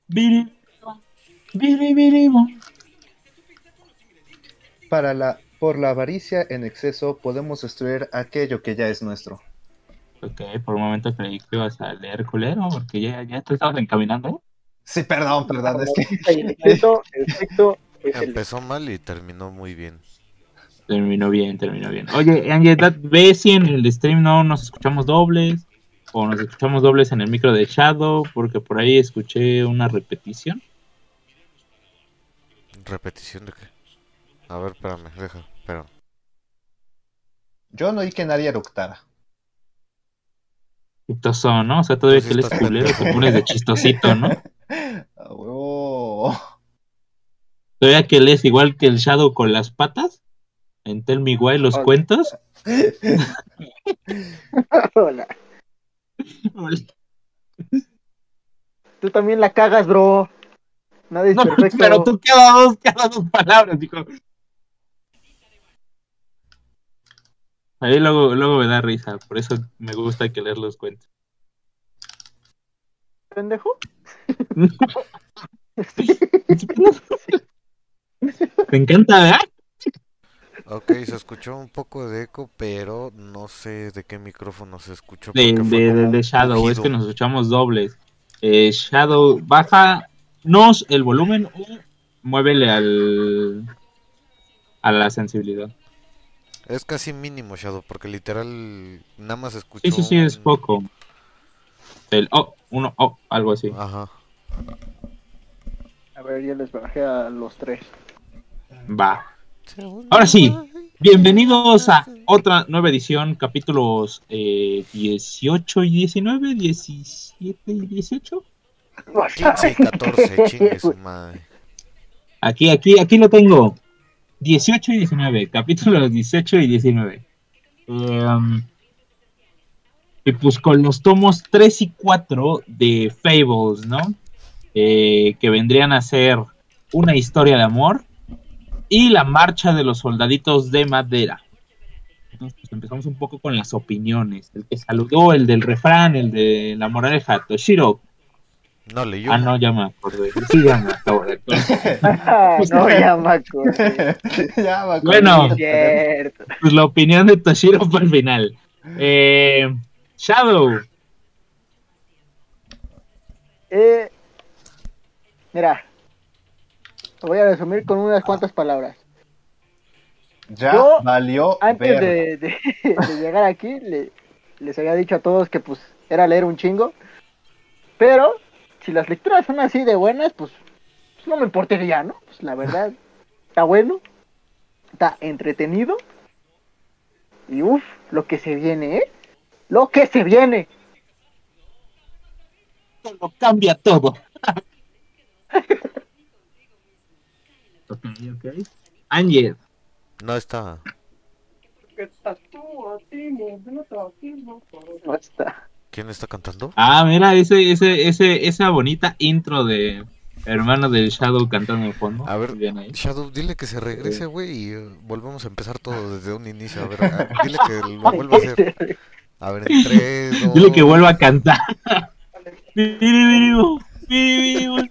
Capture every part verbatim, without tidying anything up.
Biri, biri, biri, bo. Para la, por la avaricia en exceso podemos destruir aquello que ya es nuestro. Ok, por un momento creí que ibas a leer culero, porque ya, ya te estabas encaminando, ¿eh? Sí, perdón, perdón, es Como que... dice el cuento, el efecto es el Empezó mal y terminó muy bien. Terminó bien, terminó bien. Oye, Ángel, da- ve si en el stream no nos escuchamos dobles, o nos escuchamos dobles en el micro de Shadow, porque por ahí escuché una repetición. ¿Repetición de qué? A ver, espérame, deja, espérame. Yo no oí que nadie eructara. Chistoso, ¿no? O sea, Tú todavía sí que él es estás culero, pendejo, te pones güey. de chistosito, ¿no? A huevo. Todavía que él es igual que el Shadow con las patas, en Tell Me Why los Hola. cuentos. Hola. Tú también la cagas, bro. Nadie es No, pero perfecto. tú cada dos, cada dos palabras, dijo. Ahí luego, luego me da risa, por eso me gusta que leer los cuentos. ¿Pendejo? Te encanta, ¿verdad? Ok, se escuchó un poco de eco, pero no sé de qué micrófono se escuchó De, porque fue de, de, como de un Shadow, es que pujido. nos escuchamos dobles. Eh, Shadow, bájanos el volumen o muévele al, a la sensibilidad. Es casi mínimo, Shadow, porque literal nada más Sí, escuchó sí, sí, es un... poco. El oh, uno, oh, algo así. Ajá. A ver, ya les bajé a los tres. Va. Ahora sí, bienvenidos a otra nueva edición, capítulos eh, dieciocho y diecinueve, diecisiete y dieciocho. quince y catorce, chingue su madre. Aquí, aquí, aquí lo tengo. dieciocho y diecinueve, capítulos dieciocho y diecinueve. Eh, um, y pues con los tomos tres y cuatro de Fables, ¿no? Eh, que vendrían a ser una historia de amor y la marcha de los soldaditos de madera. Entonces, pues empezamos un poco con las opiniones. El que saludó, el del refrán, el de la moraleja, Toshiro. No leyó. Ah, no, ya me acordé. Sí, ya me acabo de acordar. Ah, no, ya me acordé. Ya me acordé. Bueno, Sí, cierto. pues la opinión de Toshiro fue el final. Eh, Shadow. Eh, mira, lo voy a resumir con unas cuantas palabras. Ya Yo, valió antes ver. de, de, de llegar aquí, le, les había dicho a todos que pues era leer un chingo. Pero, si las lecturas son así de buenas, pues, pues no me importaría, ¿no? Pues la verdad, está bueno, está entretenido. Y uff, lo que se viene, ¿eh? Lo que se viene. Lo cambia todo. Ok, ok. Ángel. No está. No está. ¿Quién está cantando? Ah, mira, ese, ese, ese, esa bonita intro de hermano del Shadow cantando en el fondo. A ver, Muy bien ahí. Shadow, dile que se regrese, Eh, güey, y eh, volvemos a empezar todo desde un inicio. A ver, a- dile que lo vuelva a hacer. A ver, en tres, Dile que dos... vuelva a cantar. Biribiribu, biribiribu.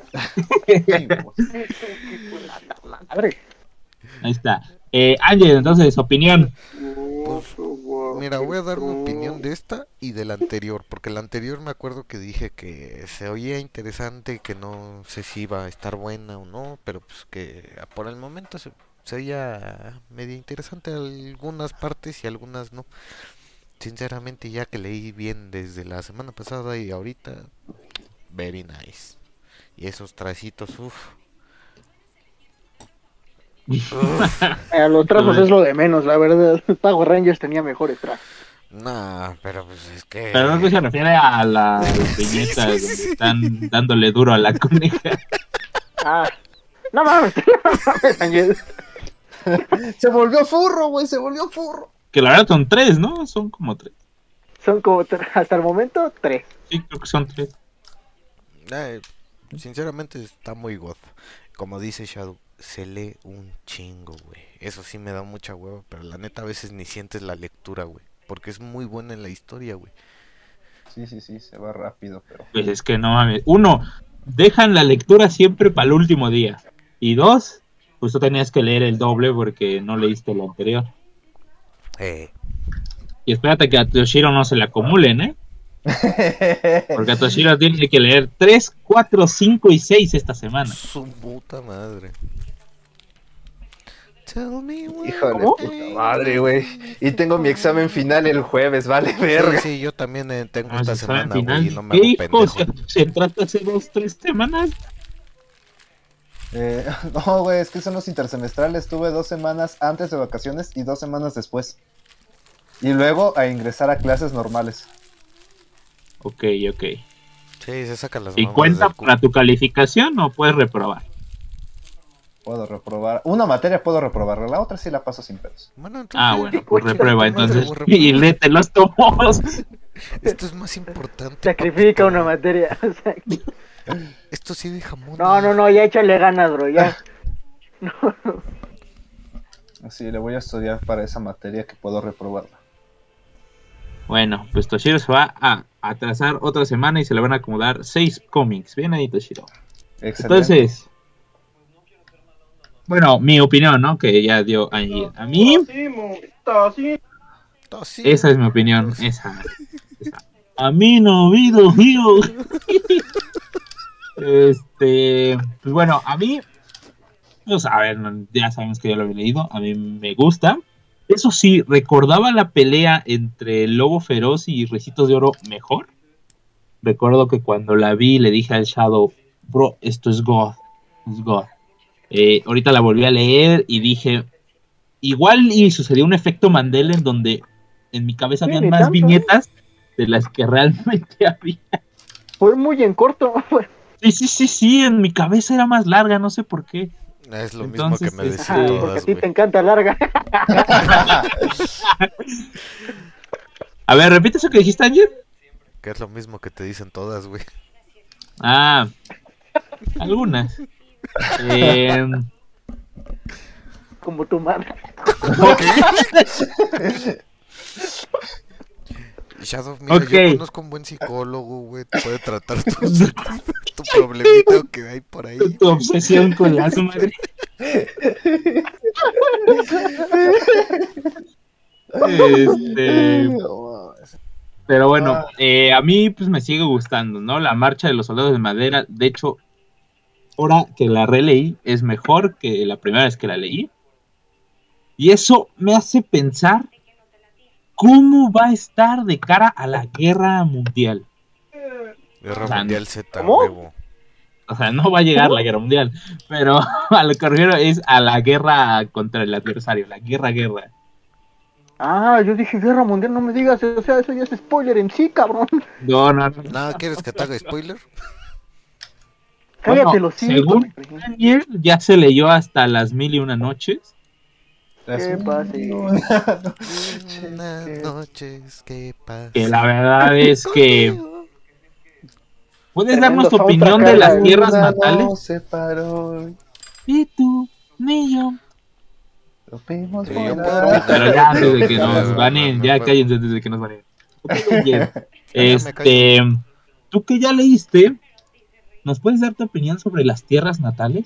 Madre. Ahí está. Eh, Ángel, entonces, opinión. Pues, mira, voy a dar mi opinión de esta y de la anterior, porque la anterior me acuerdo que dije que se oía interesante, que no sé si iba a estar buena o no, pero pues que por el momento se, se oía medio interesante algunas partes y algunas no. Sinceramente, ya que leí bien desde la semana pasada y ahorita, very nice. Y esos tracitos, uff. A los trazos es lo de menos, la verdad. Power Rangers tenía mejores trazos. Nah, pero pues es que... Pero no se refiere a las Sí, viñetas sí, donde sí, sí. están dándole duro a la coneja. Ah, no mames, no mames, Ángel. Se volvió furro, güey, se volvió furro. Que la verdad son tres, ¿no? Son como tres. Son como, tre- hasta el momento, tres. Sí, creo que son tres. Eh, sinceramente está muy god. Como dice Shadow, se lee un chingo, güey. Eso sí me da mucha hueva, pero la neta a veces ni sientes la lectura, güey. Porque es muy buena en la historia, güey. Sí, sí, sí, se va rápido, pero... Pues es que no mames. Uno, dejan la lectura siempre para el último día. Y dos, pues tú tenías que leer el doble porque no leíste lo anterior. Eh. Y espérate que a Toshiro no se le acumulen, ¿eh? Porque a Toshiro tiene que leer tres, cuatro, cinco y seis esta semana. Su puta madre. Híjole, puta madre, güey. Y tengo mi examen final el jueves, vale, verga. Sí, sí, yo también eh, tengo Ah, esta se sabe al semana, final. güey, y no me ¿Qué hago hijo? pendejo. ¿Se, se trata hace dos, tres semanas? Eh, no, güey, es que son los intersemestrales. Tuve dos semanas antes de vacaciones y dos semanas después. Y luego a ingresar a clases normales. Ok, ok. Sí, se sacan las ¿Y mamas cuenta del cu- para tu calificación o puedes reprobar? Puedo reprobar. Una materia puedo reprobarla, la otra sí la paso sin pedos. Bueno, entonces, Ah, bueno, pues Oye, reprueba no entonces. debo reprobar. Y léete los tomos. esto es más importante. Sacrifica papito. una materia. O sea, Esto sí de jamón. no, no, no, ya échale ganas, bro, ya. Así le voy a estudiar para esa materia que puedo reprobarla. Bueno, pues Toshiro se va a atrasar otra semana y se le van a acomodar seis cómics. Bien ahí, Toshiro. Excelente. Entonces, bueno, mi opinión, ¿no? Que ya dio Angie. A mí, No, sí. esa es mi opinión. Esa, esa. A mí no ha habido mío. Este, pues bueno, a mí, pues a ver, no, ya sabemos que ya lo había leído. A mí me gusta. Eso sí, recordaba la pelea entre el Lobo Feroz y Recitos de Oro mejor. Recuerdo que cuando la vi le dije al Shadow, bro, esto es God, es God. Eh, ahorita la volví a leer y dije, igual y sucedió un efecto Mandela en donde en mi cabeza Sí, habían ni más tanto, viñetas de las que realmente había. Fue muy en corto. Sí, sí, sí, sí, en mi cabeza era más larga, no sé por qué. Es lo Entonces, mismo que me este, decían Ajá, porque a todas, ti güey. te encanta larga. A ver, repite eso que dijiste, Ángel. Que es lo mismo que te dicen todas, güey. Ah, algunas. Eh, Como tu madre. Shadow, mira, Ok. yo conozco un buen psicólogo, güey. Te puede tratar tu, tu problemita que hay por ahí. tu obsesión con las madres. Este, pero bueno, eh, a mí pues me sigue gustando, ¿no? La marcha de los soldados de madera, de hecho, ahora que la releí, es mejor que la primera vez que la leí. Y eso me hace pensar cómo va a estar de cara a la guerra mundial. Guerra O sea, Mundial Z, ¿cómo? huevo. O sea, no va a llegar la guerra mundial, pero a lo que me refiero es a la guerra contra el adversario, la guerra, guerra. Ah, yo dije guerra mundial, no me digas, o sea, eso ya es spoiler en sí, cabrón. No, no, no. Nada, ¿quieres que te haga spoiler? Cállate Bueno, los según Daniel, ya se leyó hasta las mil y una noches. ¿Qué pasa? Buenas noches, ¿qué pasa? Que la verdad es que ¿puedes Tremendo darnos tu soundtrack, opinión de las cara. tierras Luna natales? nos separó, Y tú, ni yo. lo vimos Sí, yo volar. puedo Pero ya antes de que No, nos no, banen, no, ya no. cállense antes de que nos banen. Ok, Daniel, Ya me Este, tú que ya leíste, ¿nos puedes dar tu opinión sobre las tierras natales?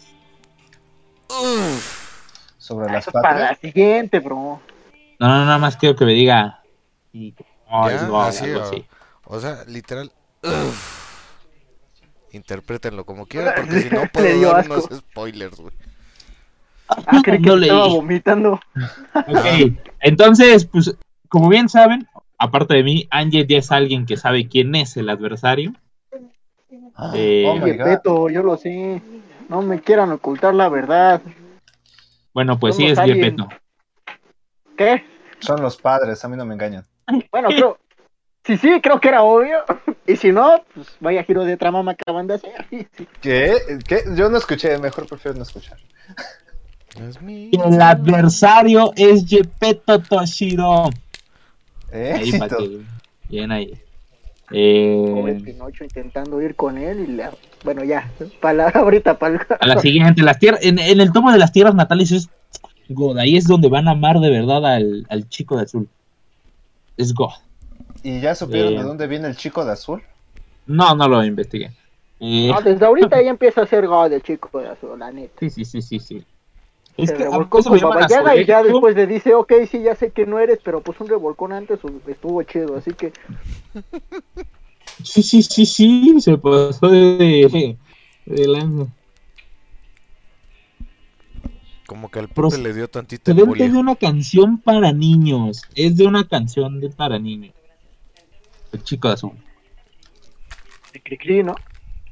Sobre las Eso es para la patrias. siguiente, bro. No, no, nada más quiero que me diga. Y, oh, Ya, es God, así, algo o- así. O sea, literal. uf. Interprétenlo como quieran, porque si no Le puedo dio dar asco. unos spoilers, güey. Ah, creí que No me estaba leí. vomitando. Ok, entonces, pues, como bien saben, aparte de mí, Ángel ya es alguien que sabe quién es el adversario. Eh, Oh my Oye, god. Peto, yo lo sé. No me quieran ocultar la verdad. Bueno, pues sí, Somos es aliens. Gepetto. ¿Qué? Son los padres, a mí no me engañan. Bueno, creo. Sí, sí, creo que era obvio. Y si no, pues vaya giro de trama me acaban de hacer. ¿Qué? ¿Qué? Yo no escuché, mejor prefiero no escuchar. Es mi... El adversario es Gepetto Toshiro. Ahí para Éxito. que. Bien ahí. Pobre Eh, Pinocho intentando ir con él y le... Bueno, ya, para la, ahorita para el... a la siguiente, las tierras, en, en el tomo de las tierras natales es God. Ahí es donde van a amar de verdad al, al chico de azul. Es God. ¿Y ya supieron Eh. de dónde viene el chico de azul? No, no lo investigué. Eh, No, desde ahorita ya empieza a ser God el chico de azul, la neta. sí, sí, sí, sí, sí. Es Se que a revolcó eso con lo llaman Baba Yaga y ya azorejo. después le dice, ok, sí, ya sé que no eres, pero pues un revolcón antes estuvo chido, así que... Sí, sí, sí, sí, se pasó de, de lanza. Como que al Pepe le dio tantita Procedente embolia. de una canción para niños. Es de una canción de para niños. El chico de azul. De Cricri, ¿no?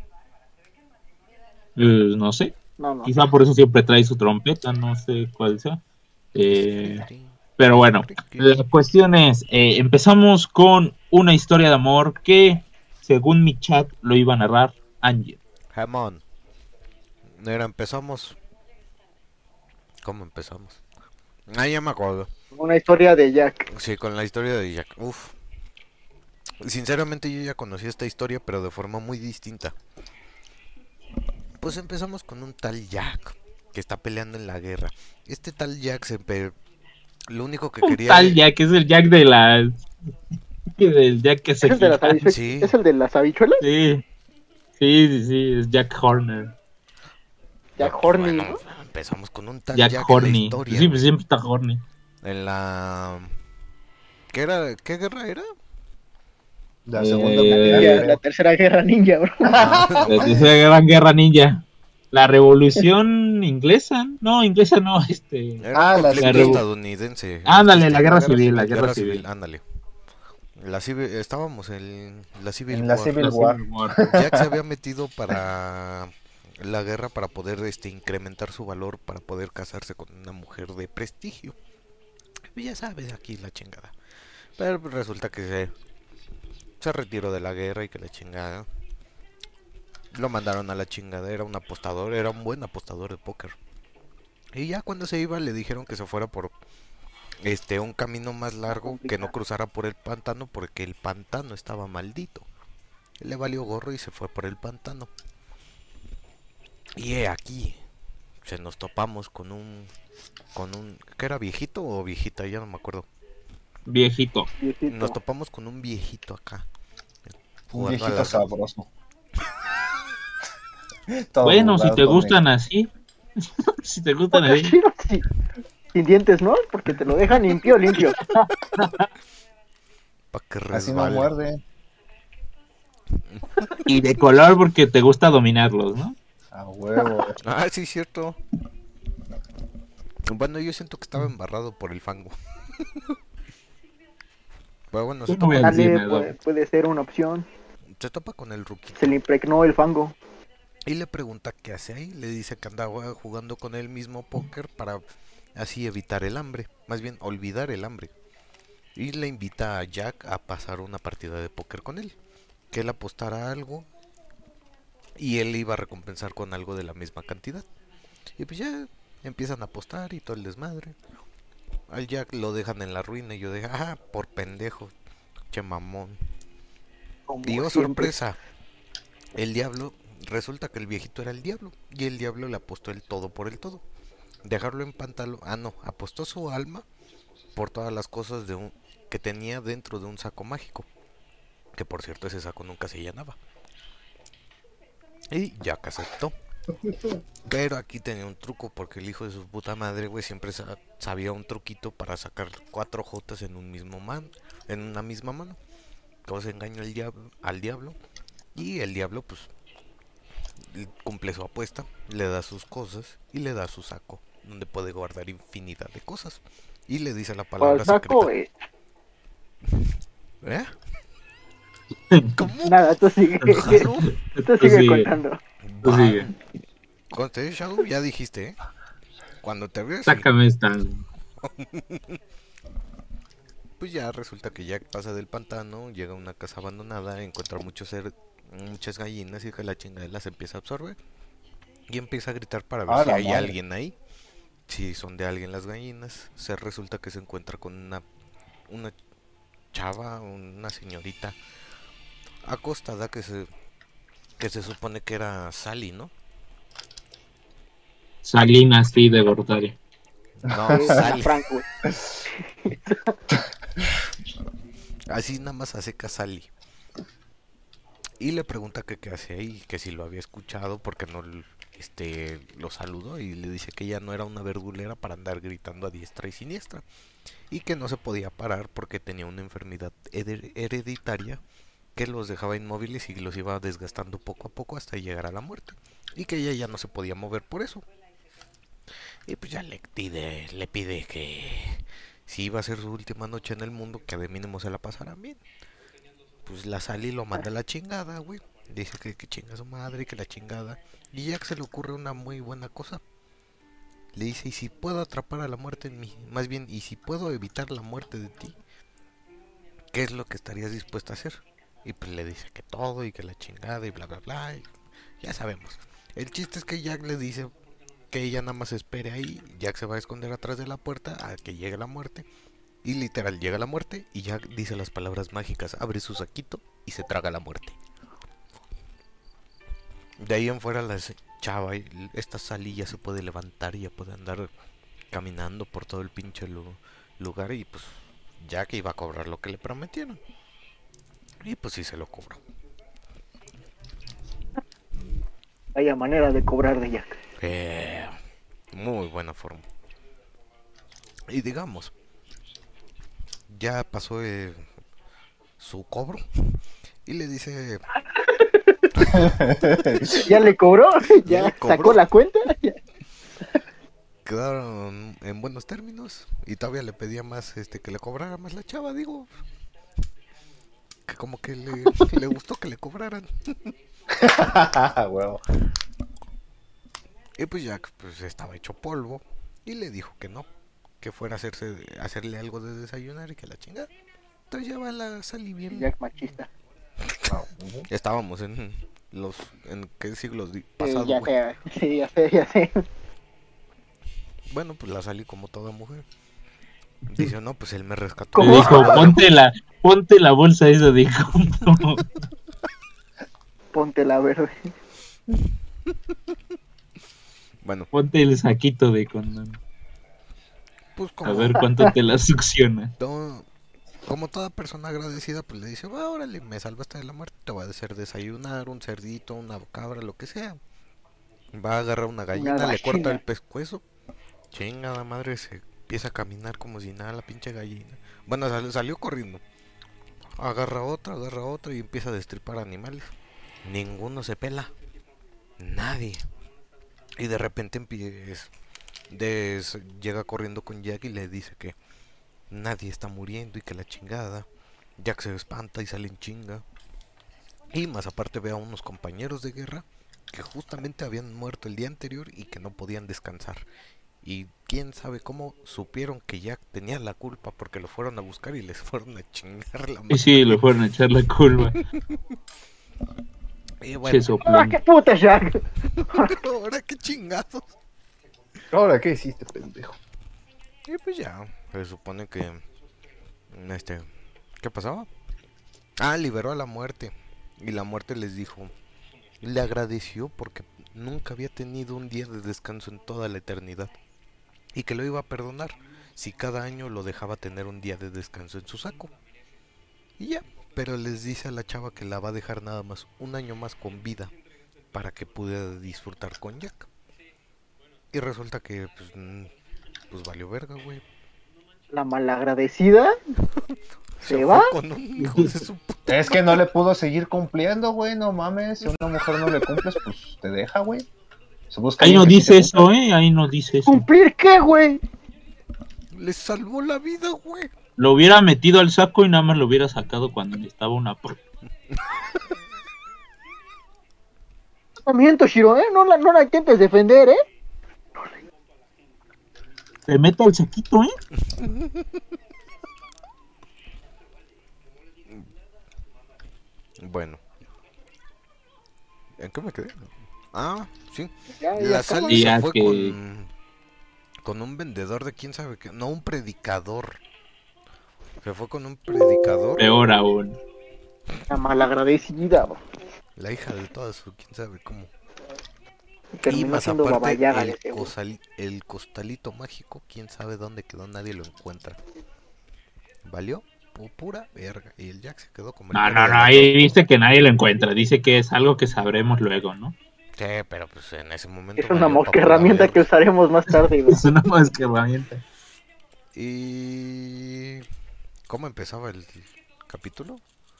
Eh, no sé. No, no. Quizá por eso siempre trae su trompeta. No sé cuál sea. Eh, pero bueno. La cuestión es: eh, empezamos con una historia de amor que, según mi chat, lo iba a narrar Ángel. Jamón. Mira, empezamos. ¿Cómo empezamos? Ah, ya me acuerdo. Una historia de Jack. Sí, con la historia de Jack. Uf. Sinceramente yo ya conocí esta historia, pero de forma muy distinta. Pues empezamos con un tal Jack que está peleando en la guerra. Este tal Jack se empe... Lo único que Un quería... tal Jack, es el Jack de las... del Jack que ¿Es se el de las gira. habichuelas? Sí. ¿Es el de las habichuelas? Sí. Sí, sí, sí, es Jack Horner. Jack No, Horny, bueno, ¿no? empezamos con un tal Jack, Jack, en la Horny. historia. Sí, pues siempre está Horny. En la... ¿Qué era? ¿Qué guerra era? La Eh, segunda La, mundial, ninja, creo. la tercera guerra ninja, bro. Ah, no, La mames. tercera gran guerra ninja. La revolución inglesa. No, inglesa no, este. Era Ah, un la conflicto revo- estadounidense. Ándale, Este, la guerra civil, la guerra civil. ándale. La civil, estábamos en la Civil En la War. Civil La War. Civil War. Jack se había metido para la guerra para poder este incrementar su valor, para poder casarse con una mujer de prestigio. Ya sabes, aquí la chingada. Pero resulta que se, se retiró de la guerra y que la chingada. Lo mandaron a la chingada, era un apostador, era un buen apostador de póker. Y ya cuando se iba le dijeron que se fuera por este un camino más largo, que no cruzara por el pantano porque el pantano estaba maldito. Le valió gorro y se fue por el pantano. Y he aquí, se nos topamos con un, con un, ¿qué era, viejito o viejita? Ya no me acuerdo. Viejito. Viejito. Nos topamos con un viejito acá. Un jugando a viejito las- sabroso. Todo Bueno, si arrugado, te todo gustan así. Si te gustan Está así. chido, sí. Sin dientes, ¿no? Porque te lo dejan limpio, limpio. Pa' que negro. Así no resbale. muerde. Y de color porque te gusta dominarlos, ¿no? A huevo. Ah, sí, cierto. Bueno, yo siento que estaba embarrado por el fango. Pero bueno, se Yo no voy a topa, decir Dale, nada. puede, puede ser una opción. se topa con el rookie. Se le impregnó el fango. Y le pregunta qué hace ahí. Le dice que andaba jugando con el mismo póker para así evitar el hambre. Más bien, olvidar el hambre. Y le invita a Jack a pasar una partida de póker con él. Que él apostara algo. Y él iba a recompensar con algo de la misma cantidad. Y pues ya empiezan a apostar y todo el desmadre. Al Jack lo dejan en la ruina y yo dije, ah, por pendejo. Che mamón. Como Y oh, siempre. sorpresa. El diablo, resulta que el viejito era el diablo. Y el diablo le apostó el todo por el todo. Dejarlo en pantalón. Ah, no, apostó su alma por todas las cosas de un que tenía dentro de un saco mágico. Que por cierto, ese saco nunca se llenaba. Y Jack aceptó. Pero aquí tenía un truco porque el hijo de su puta madre, güey, siempre sa- sabía un truquito para sacar cuatro jotas en un mismo man, en una misma mano. Entonces engañó al diablo, al diablo y el diablo pues l- cumple su apuesta, le da sus cosas y le da su saco, donde puede guardar infinidad de cosas. Y le dice la Para palabra el saco, secreta. eh, ¿Eh? ¿Cómo? nada, tú sigue. Jalo. Tú sigue sigue. contando. Tú Bah. sigue. Conte, Shadow, ya dijiste, ¿eh? Cuando te veas, sí. Sácame esta. Pues ya resulta que Jack pasa del pantano, llega a una casa abandonada, encuentra muchos cer- muchas gallinas y que la chingada las empieza a absorber. Y empieza a gritar para ver Ah, si la hay madre. alguien ahí. Si son de alguien las gallinas, se resulta que se encuentra con una una chava, una señorita acostada que se que se supone que era Sally, ¿no? Salinas, sí, de Gortari. No, Eh, Sally. Frank, güey. Así nada más a seca Sally. Y le pregunta que qué hace ahí, que si lo había escuchado porque no este, lo saludó, y le dice que ella no era una verdulera para andar gritando a diestra y siniestra, y que no se podía parar porque tenía una enfermedad hereditaria que los dejaba inmóviles y los iba desgastando poco a poco hasta llegar a la muerte, y que ella ya no se podía mover por eso. Y pues ya le pide, le pide que si iba a ser su última noche en el mundo, que de mínimo se la pasaran bien. Pues la Sally lo manda a la chingada, güey. Dice que, que chinga a su madre, que la chingada. Y Jack se le ocurre una muy buena cosa. Le dice, y si puedo atrapar a la muerte en mí, más bien, y si puedo evitar la muerte de ti, ¿qué es lo que estarías dispuesta a hacer? Y pues le dice que todo, y que la chingada, y bla bla bla, y ya sabemos. El chiste es que Jack le dice que ella nada más espere ahí. Jack se va a esconder atrás de la puerta a que llegue la muerte. Y literal llega la muerte y Jack dice las palabras mágicas, abre su saquito y se traga la muerte. De ahí en fuera la chava, esta Sally ya se puede levantar y ya puede andar caminando por todo el pinche lugar. Y pues Jack iba a cobrar lo que le prometieron. Y pues sí se lo cobró. Vaya manera de cobrar de Jack. Eh, muy buena forma. Y digamos, ya pasó eh, su cobro y le dice... ¿Ya le cobró? ¿Ya, ¿Ya le cobró? ¿Sacó la cuenta? Quedaron en buenos términos y todavía le pedía más, este, que le cobrara más la chava, digo. Que como que le, le gustó que le cobraran. Huevo. Y pues Jack pues estaba hecho polvo y le dijo que no, que fuera a hacerse hacerle algo de desayunar y que la chingada. Entonces ya va la Sally bien. Jack machista. Estábamos en los en qué siglos pasados. Sí, ya sé, sí, ya sé, ya sé. Bueno, pues la Sally como toda mujer. Dice, no, pues él me rescató. ¿Cómo? Dijo, ponte la, ponte la bolsa esa de condón. Ponte la verde. Bueno. Ponte el saquito de condón. Pues como... A ver cuánto te la succiona. Todo... Como toda persona agradecida, pues le dice, va, órale, me salvaste de la muerte, te voy a hacer desayunar, un cerdito, una cabra, lo que sea. Va a agarrar una gallina, una le corta el pescuezo. Chingada madre, se empieza a caminar como si nada la pinche gallina. Bueno, sal, salió corriendo. Agarra otra, agarra otra y empieza a destripar animales. Ninguno se pela. Nadie. Y de repente empieza... Des, llega corriendo con Jack y le dice que nadie está muriendo y que la chingada. Jack se espanta y sale en chinga. Y más aparte ve a unos compañeros de guerra que justamente habían muerto el día anterior y que no podían descansar. Y quién sabe cómo supieron que Jack tenía la culpa porque lo fueron a buscar y les fueron a chingar la mano. Y sí, le fueron a echar la culpa. Y bueno, ¡ahora qué puta, Jack! ahora qué chingados. Ahora qué hiciste, pendejo. Y pues ya, se supone que este, ¿qué pasaba? Ah, liberó a la muerte. Y la muerte les dijo, le agradeció porque nunca había tenido un día de descanso en toda la eternidad. Y que lo iba a perdonar si cada año lo dejaba tener un día de descanso en su saco. Y ya, pero les dice a la chava que la va a dejar nada más un año más con vida para que pudiera disfrutar con Jack. Y resulta que pues, pues valió verga, güey. La malagradecida se, ¿Se va con un hijo de su puta. Es que no le pudo seguir cumpliendo, güey, no mames. Si a una mujer no le cumples, pues te deja, güey. Ahí no dice eso, eh, ahí no dice eso. ¿Cumplir qué, güey? Le salvó la vida, güey. Lo hubiera metido al saco y nada más lo hubiera sacado cuando necesitaba una prueba. No miento, Shiro, eh, no la, no la intentes defender, eh. Te meto al saquito, eh. Bueno. ¿En qué me quedé? Ah, sí. Ya, ya la Sally se fue que... con, con un vendedor de quién sabe qué. No, un predicador. Se fue con un predicador. Peor aún. La malagradecida, bro. La hija de todas su quién sabe cómo. Terminó y más siendo aparte babayaga, el, cosal, el costalito mágico, quién sabe dónde quedó, nadie lo encuentra. ¿Valió? pura verga. Y el Jack se quedó como... No, no, no, ahí dice que nadie lo encuentra. Dice que es algo que sabremos luego, ¿no? Sí, pero pues en ese momento... Es una mosca herramienta que usaremos más tarde, güey. Es una mosca herramienta. ¿Y cómo empezaba el capítulo?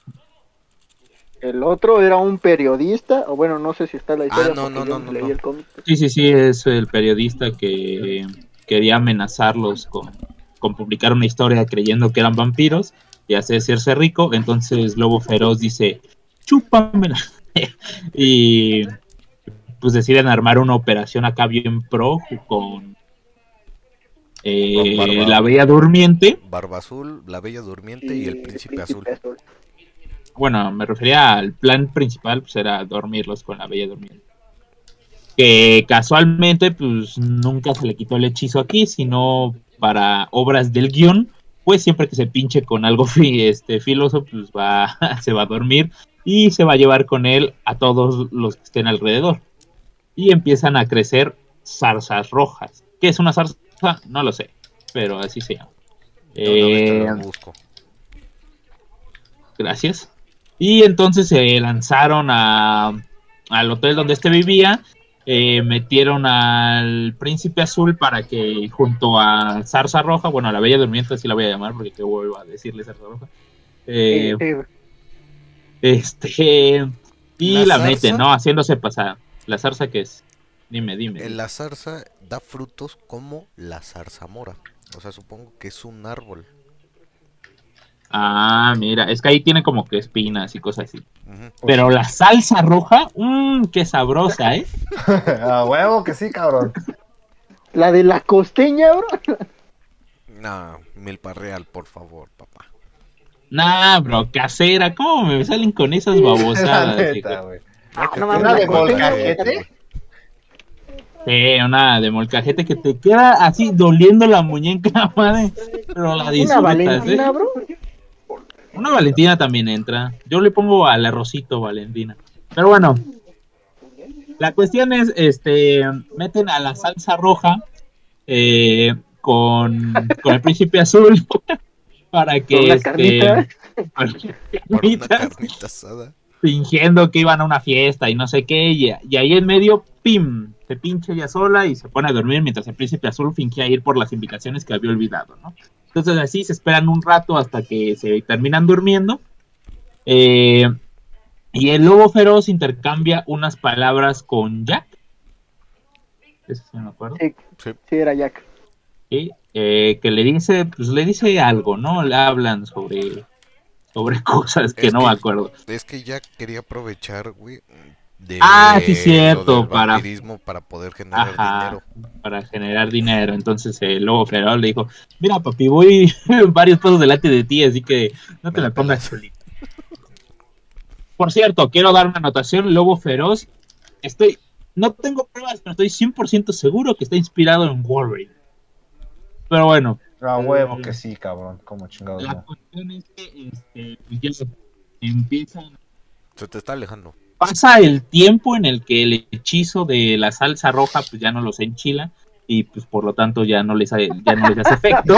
El otro era un periodista, o bueno, no sé si está la historia. Ah, no, no, no, no, leí no. el cómic. Sí, sí, sí, es el periodista que quería amenazarlos con, con publicar una historia creyendo que eran vampiros y hacerse rico. Entonces Lobo Feroz dice, chúpamela. Y pues deciden armar una operación acá bien pro con eh, Con Barba- la Bella Durmiente. Barba Azul, la Bella Durmiente y, Y el Príncipe Azul. Bueno, me refería al plan principal, pues era dormirlos con la Bella Durmiente. Que casualmente, pues nunca se le quitó el hechizo aquí, sino para obras del guión, pues siempre que se pinche con algo fi- este, filoso, pues va, se va a dormir y se va a llevar con él a todos los que estén alrededor. Y empiezan a crecer zarzas rojas. ¿Qué es una zarza? No lo sé, pero así se llama. Yo no, Eh, ahorita lo busco. Gracias. Y entonces se lanzaron a, al hotel donde este vivía, eh, metieron al Príncipe Azul para que junto a Zarza Roja, bueno, a la Bella Durmiente así la voy a llamar porque que vuelvo a decirle Zarza Roja, eh, Sí, sí. este, y ¿La la, zarza? meten, ¿no? Haciéndose pasar. ¿La zarza qué es? Dime, dime. La zarza da frutos como la zarzamora. O sea, supongo que es un árbol. Ah, mira, es que ahí tiene como que espinas y cosas así. Ujú. Pero la salsa roja, mmm, qué sabrosa, ¿eh? A huevo que sí, cabrón. La de la costeña, bro. No, milpa real, por favor, papá. Nah, bro, casera, ¿cómo me salen con esas La babosadas? neta, hijo? güey. Ah, que no te- mames, ¿Una la de costeña, molcajete? güey. Sí, una de molcajete que te queda así doliendo la muñeca, madre. Pero la Una disfrutas, Valentina, ¿eh? bro. Una Valentina también entra. Yo le pongo al arrocito Valentina. Pero bueno, la cuestión es, este, meten a la salsa roja eh, con, con el Príncipe Azul para Con que, una este, carnita. para Por una carnitas, carnita asada. fingiendo que iban a una fiesta y no sé qué, y, y ahí en medio, ¡pim!, se pincha ella sola y se pone a dormir mientras el Príncipe Azul fingía ir por las indicaciones que había olvidado, ¿no? Entonces así se esperan un rato hasta que se terminan durmiendo, eh, y el Lobo Feroz intercambia unas palabras con Jack, eso sí me acuerdo, Sí, Sí. sí, era Jack. ¿sí? Eh, que le dice, pues le dice algo, ¿no? Le hablan sobre, sobre cosas que Es no que- me acuerdo. Es que Jack quería aprovechar, güey, de Ah, sí, lo cierto, del para- vampirismo para poder generar Ajá, dinero. para generar dinero. Entonces el Lobo Feroz le dijo, mira papi, voy varios pasos delante de ti, así que no te Me la me pongas pelas. solito. Por cierto, quiero dar una anotación, Lobo Feroz, estoy, no tengo pruebas, pero estoy cien por ciento seguro que está inspirado en Wolverine. Pero bueno, A huevo que sí, cabrón. Como chingados, la no. cuestión es que este, pues ya empiezan, Se te está alejando. pasa el tiempo en el que el hechizo de la salsa roja pues ya no los enchila y pues por lo tanto ya no les, ha- ya no les hace efecto.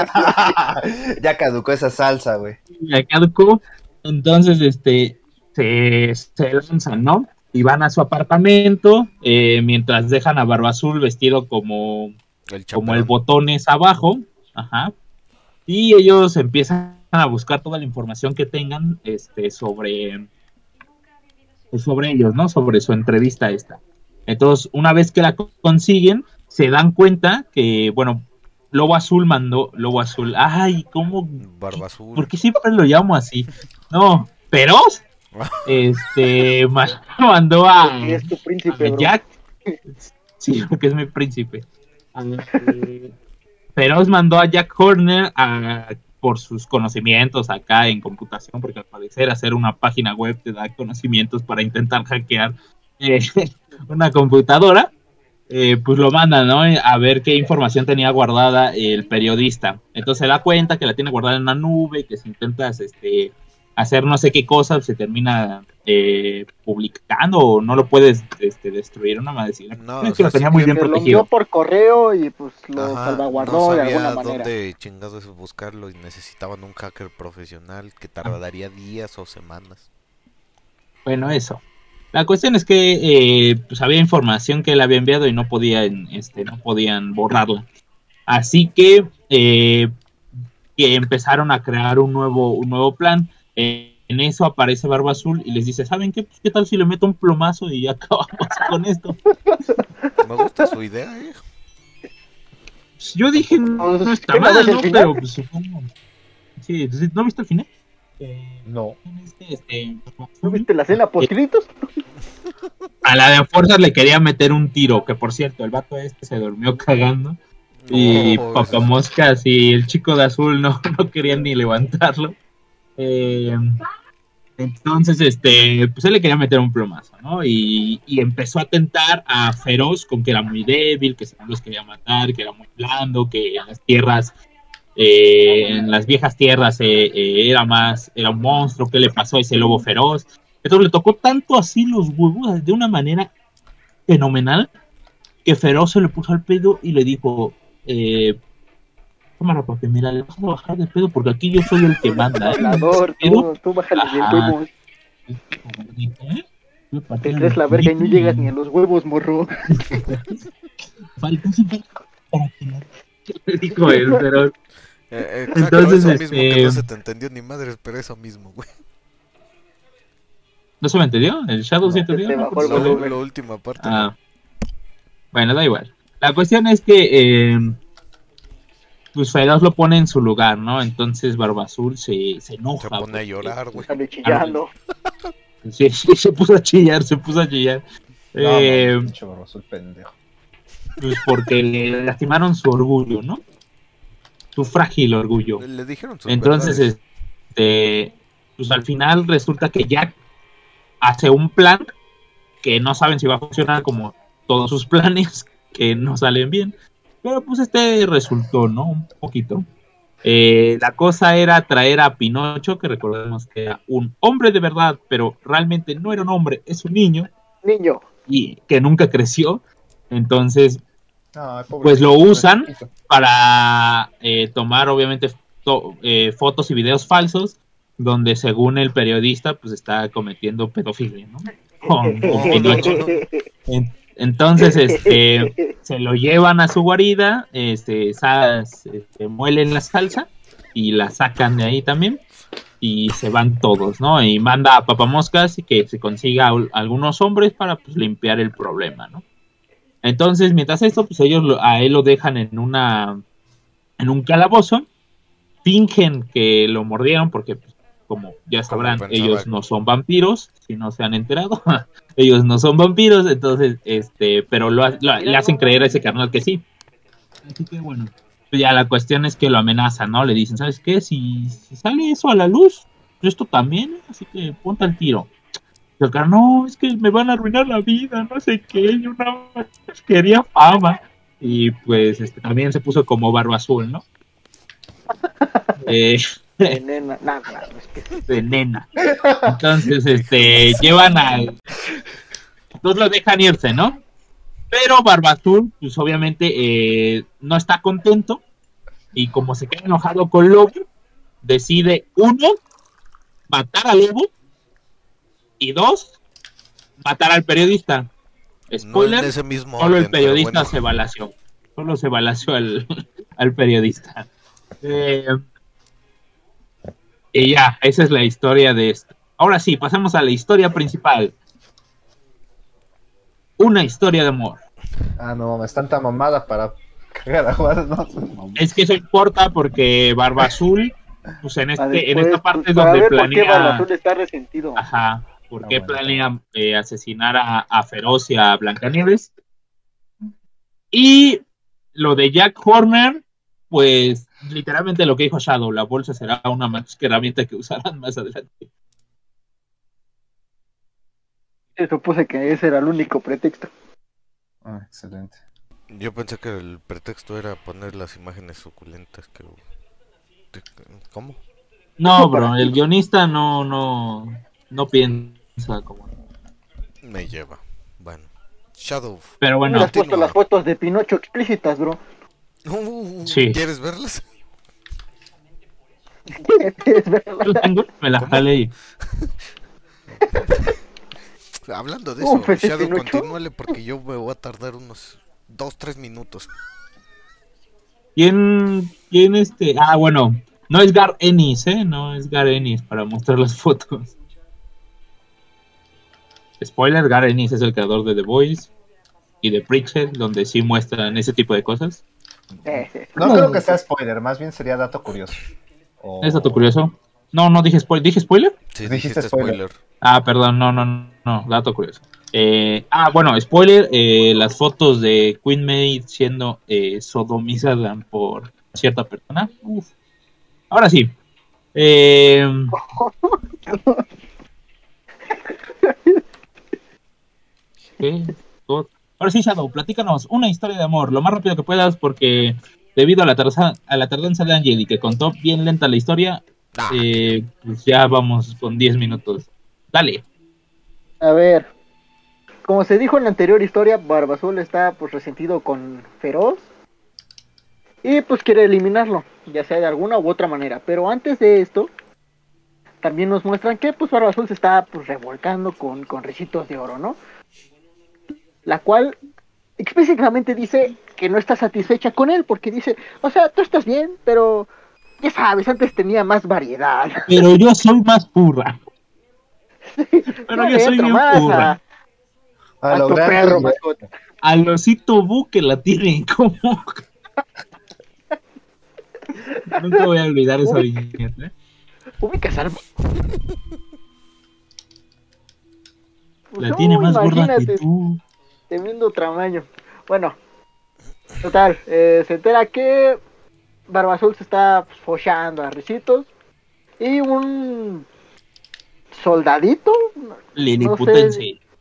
Ya caducó esa salsa, güey. Ya caducó. Entonces, este, se, se lanzan, ¿no? Y van a su apartamento, eh, mientras dejan a Barba Azul vestido como, El como el chaperón. botones abajo, ajá. Y ellos empiezan a buscar toda la información que tengan, este, sobre, pues, sobre ellos, ¿no? Sobre su entrevista esta. Entonces, una vez que la co- consiguen, se dan cuenta que, bueno, Lobo Azul mandó, Lobo Azul, ay, ¿cómo? Barba azul. ¿Por qué siempre lo llamo así? No, Feroz, este, ma- mandó a, Y es tu a príncipe, bro. Jack, sí, porque es mi príncipe. A- Feroz mandó a Jack Horner a, por sus conocimientos acá en computación, porque al parecer hacer una página web te da conocimientos para intentar hackear eh, una computadora. Eh, pues lo mandan, ¿no? A ver qué información tenía guardada el periodista. Entonces se da cuenta que la tiene guardada en una nube, que si intentas este, hacer no sé qué cosa, se termina eh, publicando o no lo puedes este, destruir, una madre. No, es o que sea, lo tenía muy bien Se lo protegido. envió por correo y pues lo Ajá, salvaguardó no de sabía alguna manera. dónde chingados buscarlo y necesitaban un hacker profesional que tardaría días o semanas. Bueno, eso. La cuestión es que eh, pues había información que él había enviado y no podían, este, no podían borrarla. Así que, eh, que empezaron a crear un nuevo, un nuevo plan. Eh, en eso aparece Barba Azul y les dice, ¿saben qué? Pues, ¿qué tal si le meto un plomazo y acabamos con esto? Me gusta su idea, eh. Pues, yo dije, no, no está ¿Sí, no mal, ves el ¿no? final? Pero pues supongo. Sí, ¿no viste el final? Eh, No. este, este, ¿No viste la escena post créditos? A la de fuerzas le quería meter un tiro, que por cierto, el vato este se durmió cagando. Y No, Papamoscas y el chico de azul no, no querían ni levantarlo. Eh, entonces, este, pues él le quería meter un plomazo, ¿no? Y, y empezó a tentar a Feroz con que era muy débil, que no los quería matar, que era muy blando, que en las tierras, eh, en las viejas tierras eh, eh, era más, era un monstruo, ¿qué le pasó a ese lobo feroz? Entonces le tocó tanto así los huevos de una manera fenomenal que Feroz se le puso al pedo y le dijo, eh, cámara, papi, mira, le vas a bajar de pedo porque aquí yo soy el que manda. ¿eh? Hablador, tú, tú bájale bien Ajá. huevos. ¿Eh? Te crees la verga y no llegas ni a los huevos, morro. Falta siempre para que la... le dijo él, pero... Eh, exacto, Entonces, eso este... mismo que no se te entendió ni madres, pero eso mismo, güey. ¿No se me entendió? ¿El Shadow No, se entendió? te No, bajó el por Lo, volumen. lo última parte. Ah. Bueno, da igual. La cuestión es que... Eh, pues Feroz lo pone en su lugar, ¿no? Entonces Barba Azul se, se enoja. Se pone a porque, llorar, güey. Sale chillando. Sí, sí, se puso a chillar, se puso a chillar. No, eh, mames, pinche Barba Azul pendejo. Pues porque le lastimaron su orgullo, ¿no? Su frágil orgullo. Le, le dijeron sus Entonces, verdades. este, pues al final resulta que Jack hace un plan que no saben si va a funcionar como todos sus planes, que no salen bien. Pero pues este resultó, ¿no? Un poquito. Eh, la cosa era traer a Pinocho, que recordemos que era un hombre de verdad, pero realmente no era un hombre, es un niño. Niño. Y que nunca creció. Entonces, Ay, pues lo pobrecito, usan pobrecito. para eh, tomar obviamente to- eh, fotos y videos falsos donde según el periodista pues está cometiendo pedofilia, ¿no? Con, No, con no, Pinocho. no, no. En- entonces este se lo llevan a su guarida, este, sa- este, muelen la salsa y la sacan de ahí también y se van todos, ¿no? Y manda a Papamoscas que se consiga a algunos hombres para pues limpiar el problema, ¿no? Entonces, mientras esto, pues ellos lo- a él lo dejan en una en un calabozo, fingen que lo mordieron porque, pues, como ya Como sabrán, pensaba. ellos no son vampiros, si no se han enterado, ellos no son vampiros, entonces, este, pero lo, lo- le hacen creer a ese carnal que sí. Así que bueno, pues ya la cuestión es que lo amenazan, ¿no? Le dicen, ¿sabes qué? Si, si sale eso a la luz, esto también, ¿eh? Así que ponte al tiro. Y el carnal, no, es que me van a arruinar la vida, no sé qué, yo nada más quería fama. Y pues este, también se puso como Barba Azul, ¿no? Eh, De nena. Nada, nada, es que... de nena. Entonces, este, llevan al... Entonces lo dejan irse, ¿no? Pero Barba Azul, pues obviamente eh, no está contento y como se queda enojado con Lobo, decide, uno, matar a Lobo y dos, matar al periodista. Spoiler, No en ese mismo solo orden, el periodista pero bueno. se balació. Solo se balació al, al periodista. Eh, y ya, esa es la historia de esto. Ahora sí, pasamos a la historia principal. Una historia de amor. Ah, no mames, tanta mamada para cagar a Juárez, no. Es que eso importa porque Barba Azul, pues en, Pa' este, en después, esta parte pues, es para donde ver por qué Barba planea... Azul está resentido. Ajá, por Ah, qué bueno. planea eh, asesinar a, a Feroz y a Blancanieves. Y lo de Jack Horner, pues literalmente lo que dijo Shadow, la bolsa será una más que herramienta que usarán más adelante. Se supuse que ese era el único pretexto. Ah, excelente. Yo pensé que el pretexto era poner las imágenes suculentas, que... ¿Cómo? No, bro, el guionista no, no, no piensa como... Me lleva. Bueno. Shadow. Pero bueno. Me has puesto las fotos de Pinocho explícitas, bro. Uh, sí. ¿Quieres verlas? ¿Quieres verlas? Yo tengo, me la jalé y... Hablando de eso, Uf, Shadow, Pinocho. continúale porque yo me voy a tardar unos dos, tres minutos. ¿Quién, quién este? Ah, bueno, no es Gar Ennis, ¿eh? No es Gar Ennis para mostrar las fotos. Spoiler, Gar Ennis es el creador de The Voice y de Preacher, donde sí muestran ese tipo de cosas. Sí, sí. No, no creo que sea spoiler, más bien sería dato curioso. O... ¿Es dato curioso? No, no dije spoiler. ¿Dije spoiler? Sí, Dijiste dijiste spoiler. spoiler. Ah, perdón, no, no, no, dato curioso. Eh, ah, bueno, spoiler, eh, las fotos de Queen Maid siendo eh, sodomizada por cierta persona. Uf. Ahora sí. Eh, ¿qué? Ahora sí, Shadow, platícanos una historia de amor, lo más rápido que puedas, porque debido a la, tarza, a la tardanza de Angel y que contó bien lenta la historia, Ah. eh, pues ya vamos con diez minutos. Dale. A ver, como se dijo en la anterior historia, Barba Azul está pues resentido con Feroz y pues quiere eliminarlo, ya sea de alguna u otra manera. Pero antes de esto, también nos muestran que pues Barba Azul se está pues revolcando con, con ricitos de oro, ¿no? La cual específicamente dice que no está satisfecha con él, porque dice, o sea, tú estás bien, pero ya sabes, antes tenía más variedad. Pero yo soy más purra. Pero yo soy bien purra. A, a, a tu lograr perro, que... mascota. Al osito Bu que la tiene como... Nunca voy a olvidar esa viñeta, ¿eh? Ubicas al... La no, tiene más gorda imagínate, que tú. Tremendo tamaño. Bueno, total, eh, se entera que Barba Azul se está pues, follando a Ricitos y un soldadito, Liliputense. no sé,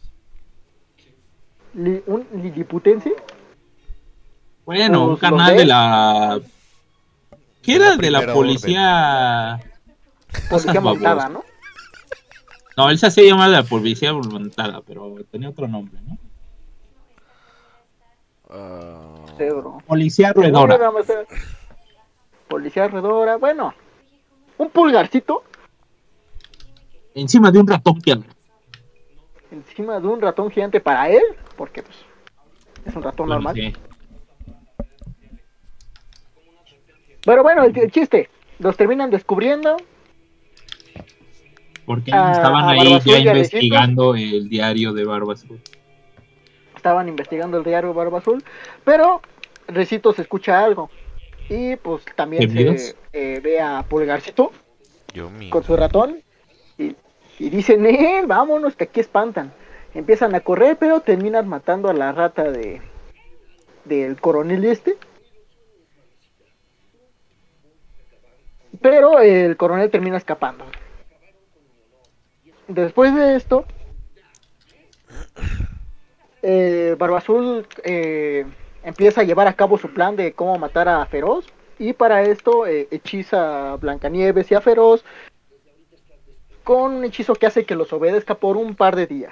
li, un liliputense. Bueno, Pues, un canal de la... ¿Qué era? De la, de la policía... Policía montada, ¿no? No, él se hacía llamar de la policía montada, pero tenía otro nombre, ¿no? Uh... Sí, bro. Policía roedora. Policía roedora, bueno. Un pulgarcito. Encima de un ratón gigante. Encima de un ratón gigante para él, porque pues es un ratón bueno, normal. Sí. Pero bueno, el, el chiste, los terminan descubriendo. Porque ah, estaban ahí ya investigando el diario de Barba Azul. Estaban investigando el diario de Barba Azul, pero Ricitos escucha algo. Y pues también se eh, ve a Pulgarcito Yo mío. con su ratón. Y, y dicen, eh, vámonos, que aquí espantan. Empiezan a correr, pero terminan matando a la rata de del coronel este. Pero el coronel termina escapando. Después de esto, eh, Barba Azul eh, empieza a llevar a cabo su plan de cómo matar a Feroz. Y para esto eh, hechiza a Blancanieves y a Feroz con un hechizo que hace que los obedezca por un par de días.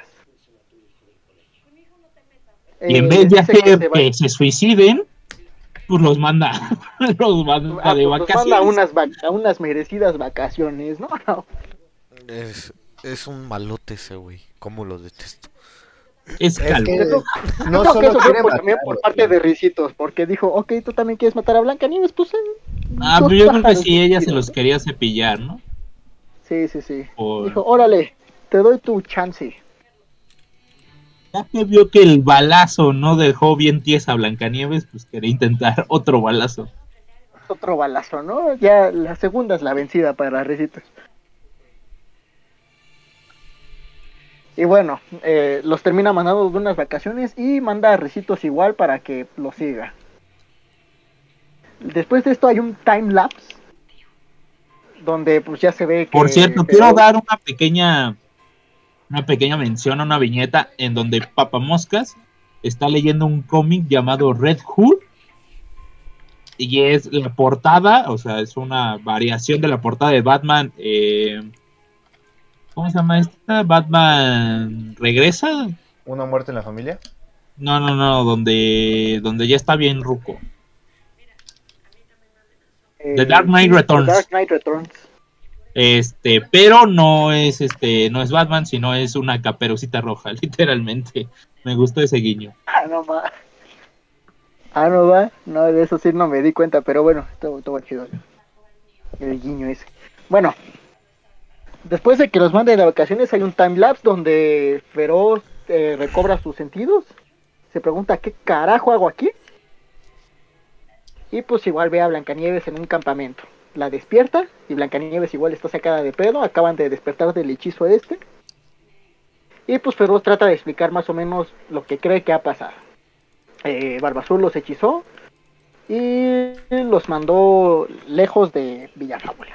Y en eh, vez de hacer que, se, que se suiciden, pues los manda, los manda ah, de pues vacaciones. Los manda a unas, a unas merecidas vacaciones, ¿no? no. Es, es un malote ese güey, cómo lo detesto. Es, es que eso, no solo que eso quiere por, también por parte de Ricitos, porque dijo, ok, tú también quieres matar a Blancanieves, pues... Eh, ah, pero yo creo que sí, ella se los quería cepillar, ¿no? Sí, sí, sí. Por... Dijo, órale, te doy tu chance. Ya que vio que el balazo no dejó bien tiesa a Blancanieves, pues quería intentar otro balazo. Otro balazo, ¿no? Ya la segunda es la vencida para Ricitos. Y bueno, eh, los termina mandando de unas vacaciones y manda a Ricitos igual para que lo siga. Después de esto hay un time lapse donde pues ya se ve que... Por cierto, pero... quiero dar una pequeña una pequeña mención a una viñeta en donde Papamoscas está leyendo un cómic llamado Red Hood y es la portada, o sea, es una variación de la portada de Batman. Eh, ¿Cómo se llama esta? ¿Batman regresa? ¿Una muerte en la familia? No, no, no, donde, donde ya está bien ruco. Eh, The Dark Knight sí, Returns. The Dark Knight Returns. Este, pero no es este, no es Batman, sino es una caperucita roja, literalmente. Me gustó ese guiño. Ah, no va. Ah, no va. No, de eso sí no me di cuenta, pero bueno, todo, todo chido. El guiño ese. Bueno, después de que los mande de vacaciones hay un timelapse donde Feroz eh, recobra sus sentidos. Se pregunta qué carajo hago aquí. Y pues igual ve a Blancanieves en un campamento. La despierta y Blancanieves igual está sacada de pedo. Acaban de despertar del hechizo este. Y pues Feroz trata de explicar más o menos lo que cree que ha pasado. Eh, Barbazul los hechizó y los mandó lejos de Villafábula.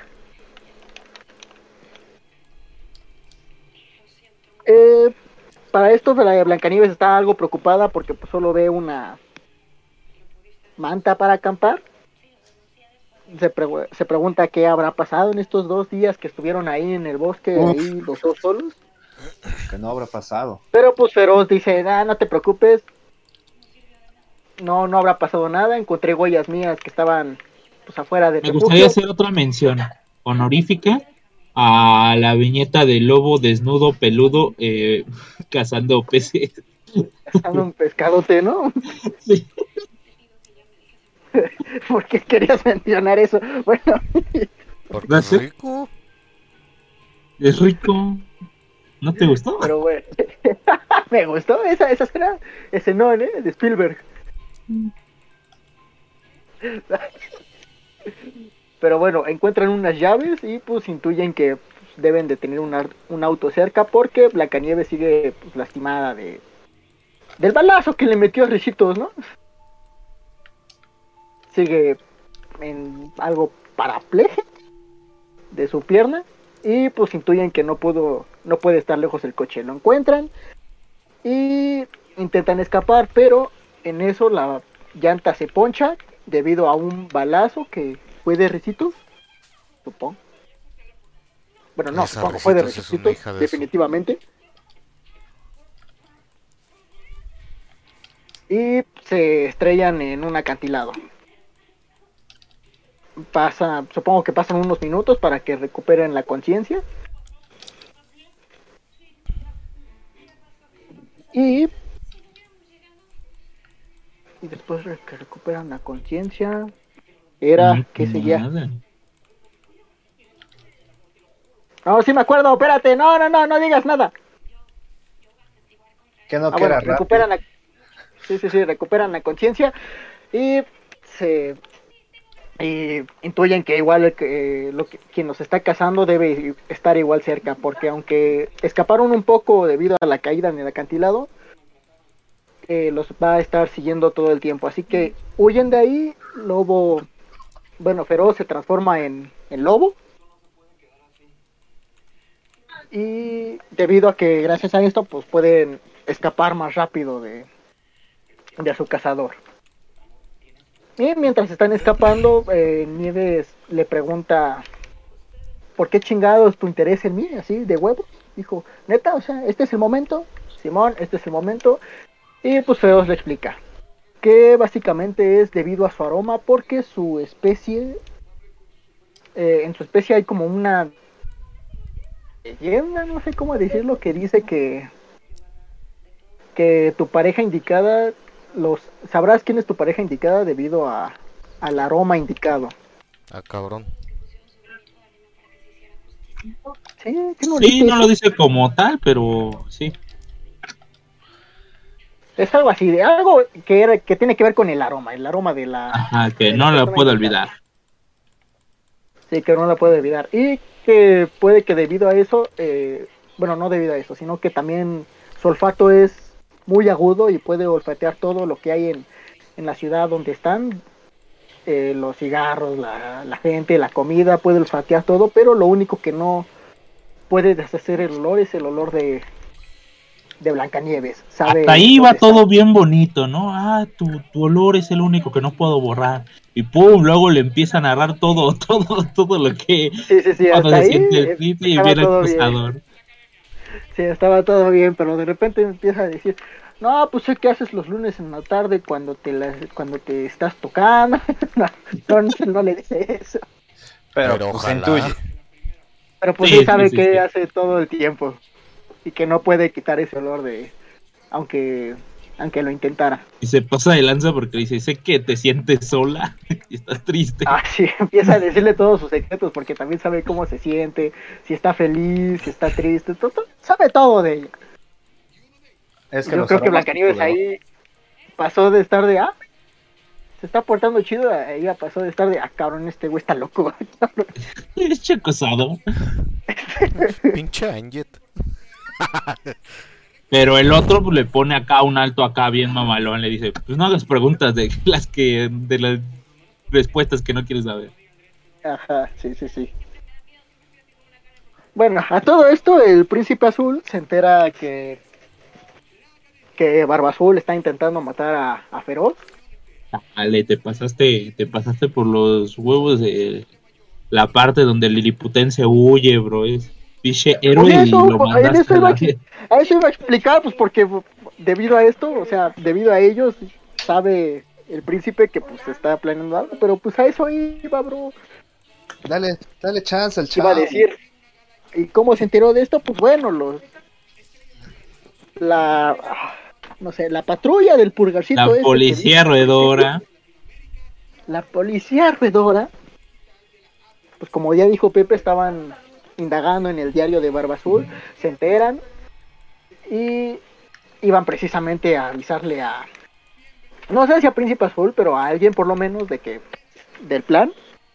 Eh, para esto Blancanieves está algo preocupada porque pues, solo ve una manta para acampar. Se, pre- se pregunta qué habrá pasado en estos dos días que estuvieron ahí en el bosque, Uf. ahí los dos solos. Que no habrá pasado. Pero pues Feroz dice, ah, no te preocupes, no, no habrá pasado nada, encontré huellas mías que estaban pues afuera del Me refugio. gustaría hacer otra mención honorífica a la viñeta del lobo desnudo, peludo, eh, cazando peces. Cazando un pescadote, ¿no? Sí. ¿Por qué querías mencionar eso? Bueno, Porque ¿No es sé? rico. Es rico. ¿No te gustó? pero bueno, me gustó esa, esa escena, ese no, ¿eh? De Spielberg. Pero bueno, encuentran unas llaves y pues intuyen que pues, deben de tener una- un auto cerca porque Blancanieves sigue pues, lastimada de del balazo que le metió a Ricitos, ¿no? Sigue en algo parapléjico de su pierna y pues intuyen que no pudo no puede estar lejos del coche. Lo encuentran y intentan escapar, pero en eso la llanta se poncha debido a un balazo que fue de Ricitos, supongo. Bueno, no, Esa supongo fue de Ricitos es una Ricitos, hija de definitivamente. Y se estrellan en un acantilado. Pasa, supongo que pasan unos minutos para que recuperen la conciencia. Y, y después de que recuperan la conciencia, era No, que no, seguía. nada. No, sí me acuerdo, espérate, no, no, no, no digas nada. Que no Ah, que bueno, era rápido. recuperan la, sí, sí, sí, recuperan la conciencia y se y intuyen que igual que, eh, lo que quien los está cazando debe estar igual cerca, porque aunque escaparon un poco debido a la caída en el acantilado, eh, los va a estar siguiendo todo el tiempo, así que huyen de ahí. Lobo, bueno, Feroz se transforma en, en lobo. Y debido a que gracias a esto pues pueden escapar más rápido de, de su cazador. Y mientras están escapando, eh, Nieves le pregunta ¿por qué chingados tu interés en mí? Así de huevos. Dijo, neta, o sea, este es el momento, Simón, este es el momento. Y pues Feroz le explica que básicamente es debido a su aroma, porque su especie, eh, en su especie hay como una leyenda, no sé cómo decirlo, que dice que que tu pareja indicada, los sabrás quién es tu pareja indicada debido a al aroma indicado. Ah, cabrón. Sí, ¿qué no Sí, dice no eso? lo dice como tal, pero sí. Es algo así, de algo que era, que tiene que ver con el aroma, el aroma de la Ajá, que de la no la persona puedo indicada. olvidar. Sí, que no la puede olvidar. Y que puede que debido a eso, eh, bueno, no debido a eso, sino que también su olfato es muy agudo y puede olfatear todo lo que hay en, en la ciudad donde están. Eh, los cigarros, la, la gente, la comida, puede olfatear todo, pero lo único que no puede deshacer el olor es el olor de, de Blancanieves. Sabe Hasta ahí va dónde todo está. bien bonito, ¿no? Ah, tu, tu olor es el único que no puedo borrar. Y pum, luego le empieza a narrar todo, todo, todo lo que... Sí, sí, sí, Cuando hasta se ahí siente el eh, triste y estaba viene el todo bien. acosador. Sí, estaba todo bien, pero de repente empieza a decir, no, pues sé que haces los lunes en la tarde cuando te la, cuando te estás tocando. no, no, no, no le dice eso. Pero, Pero pues ojalá. intuye. Pero pues Sí, él sabe sí, sí, que sí. hace todo el tiempo y que no puede quitar ese olor de, aunque, aunque lo intentara. Y se pasa de lanza porque dice, sé que te sientes sola y estás triste. Ah, sí, empieza a decirle todos sus secretos porque también sabe cómo se siente, si está feliz, si está triste, todo, todo- sabe todo de ella. Es que Yo los creo que aromas Blancanieves justo de ahí pasó de estar de, ah, se está portando chido, a ella pasó de estar de, ah, cabrón, este güey está loco. Es acosado. Pinche Anjet. Pero el otro pues, le pone acá un alto acá bien mamalón. Le dice, pues no hagas preguntas de las que... de las respuestas que no quieres saber. Ajá, sí, sí, sí. Bueno, a todo esto el príncipe azul se entera que que Barba Azul está intentando matar a, a Feroz. Dale, te pasaste, te pasaste por los huevos de la parte donde el liliputense huye, bro. Es pinche héroe Oye, y eso, lo en mandaste eso a iba la a, expli- a eso iba a explicar, pues porque debido a esto, o sea, debido a ellos, sabe el príncipe que pues está planeando algo, pero pues a eso iba, bro. Dale, dale chance al Iba a chavo. decir. ¿Y cómo se enteró de esto? Pues bueno, los la no sé, la patrulla del purgarcito La ese que dice policía al principio, roedora. la policía roedora, pues como ya dijo Pepe, estaban indagando en el diario de Barba Azul, se enteran y iban precisamente a avisarle a, no sé si a Príncipe Azul, pero a alguien por lo menos de que del plan.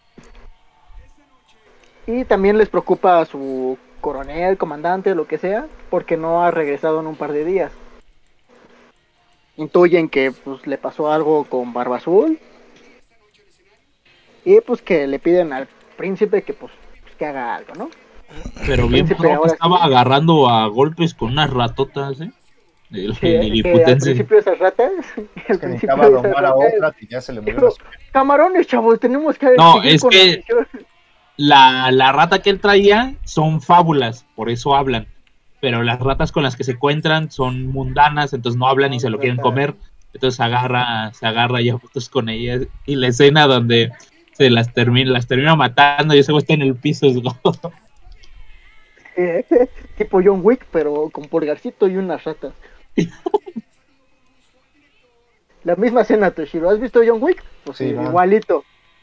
Y también les preocupa a su coronel, comandante, lo que sea, porque no ha regresado en un par de días. Intuyen que pues le pasó algo con Barba Azul y pues que le piden al príncipe que pues que haga algo, ¿no? Pero El bien príncipe pronto ahora estaba sí. agarrando a golpes con unas ratotas, ¿eh? El, Sí, el que al liliputense. principio esas ratas, Es al que principio necesitaba esas domar a ratas, otra que ya se le murió dijo, la camarones, chavos, tenemos que No, seguir es con la que- misión. La, la rata que él traía son fábulas, por eso hablan. Pero las ratas con las que se encuentran son mundanas, entonces no hablan y se lo quieren comer. Entonces agarra, se agarra ya fotos con ellas. Y la escena donde se las termina, las termina matando y ese güey está en el piso. Es gozo. Eh, tipo John Wick, pero con pulgarcito y unas ratas. La misma escena, Toshiro. ¿Has visto John Wick? Pues Sí, sí, man. igualito.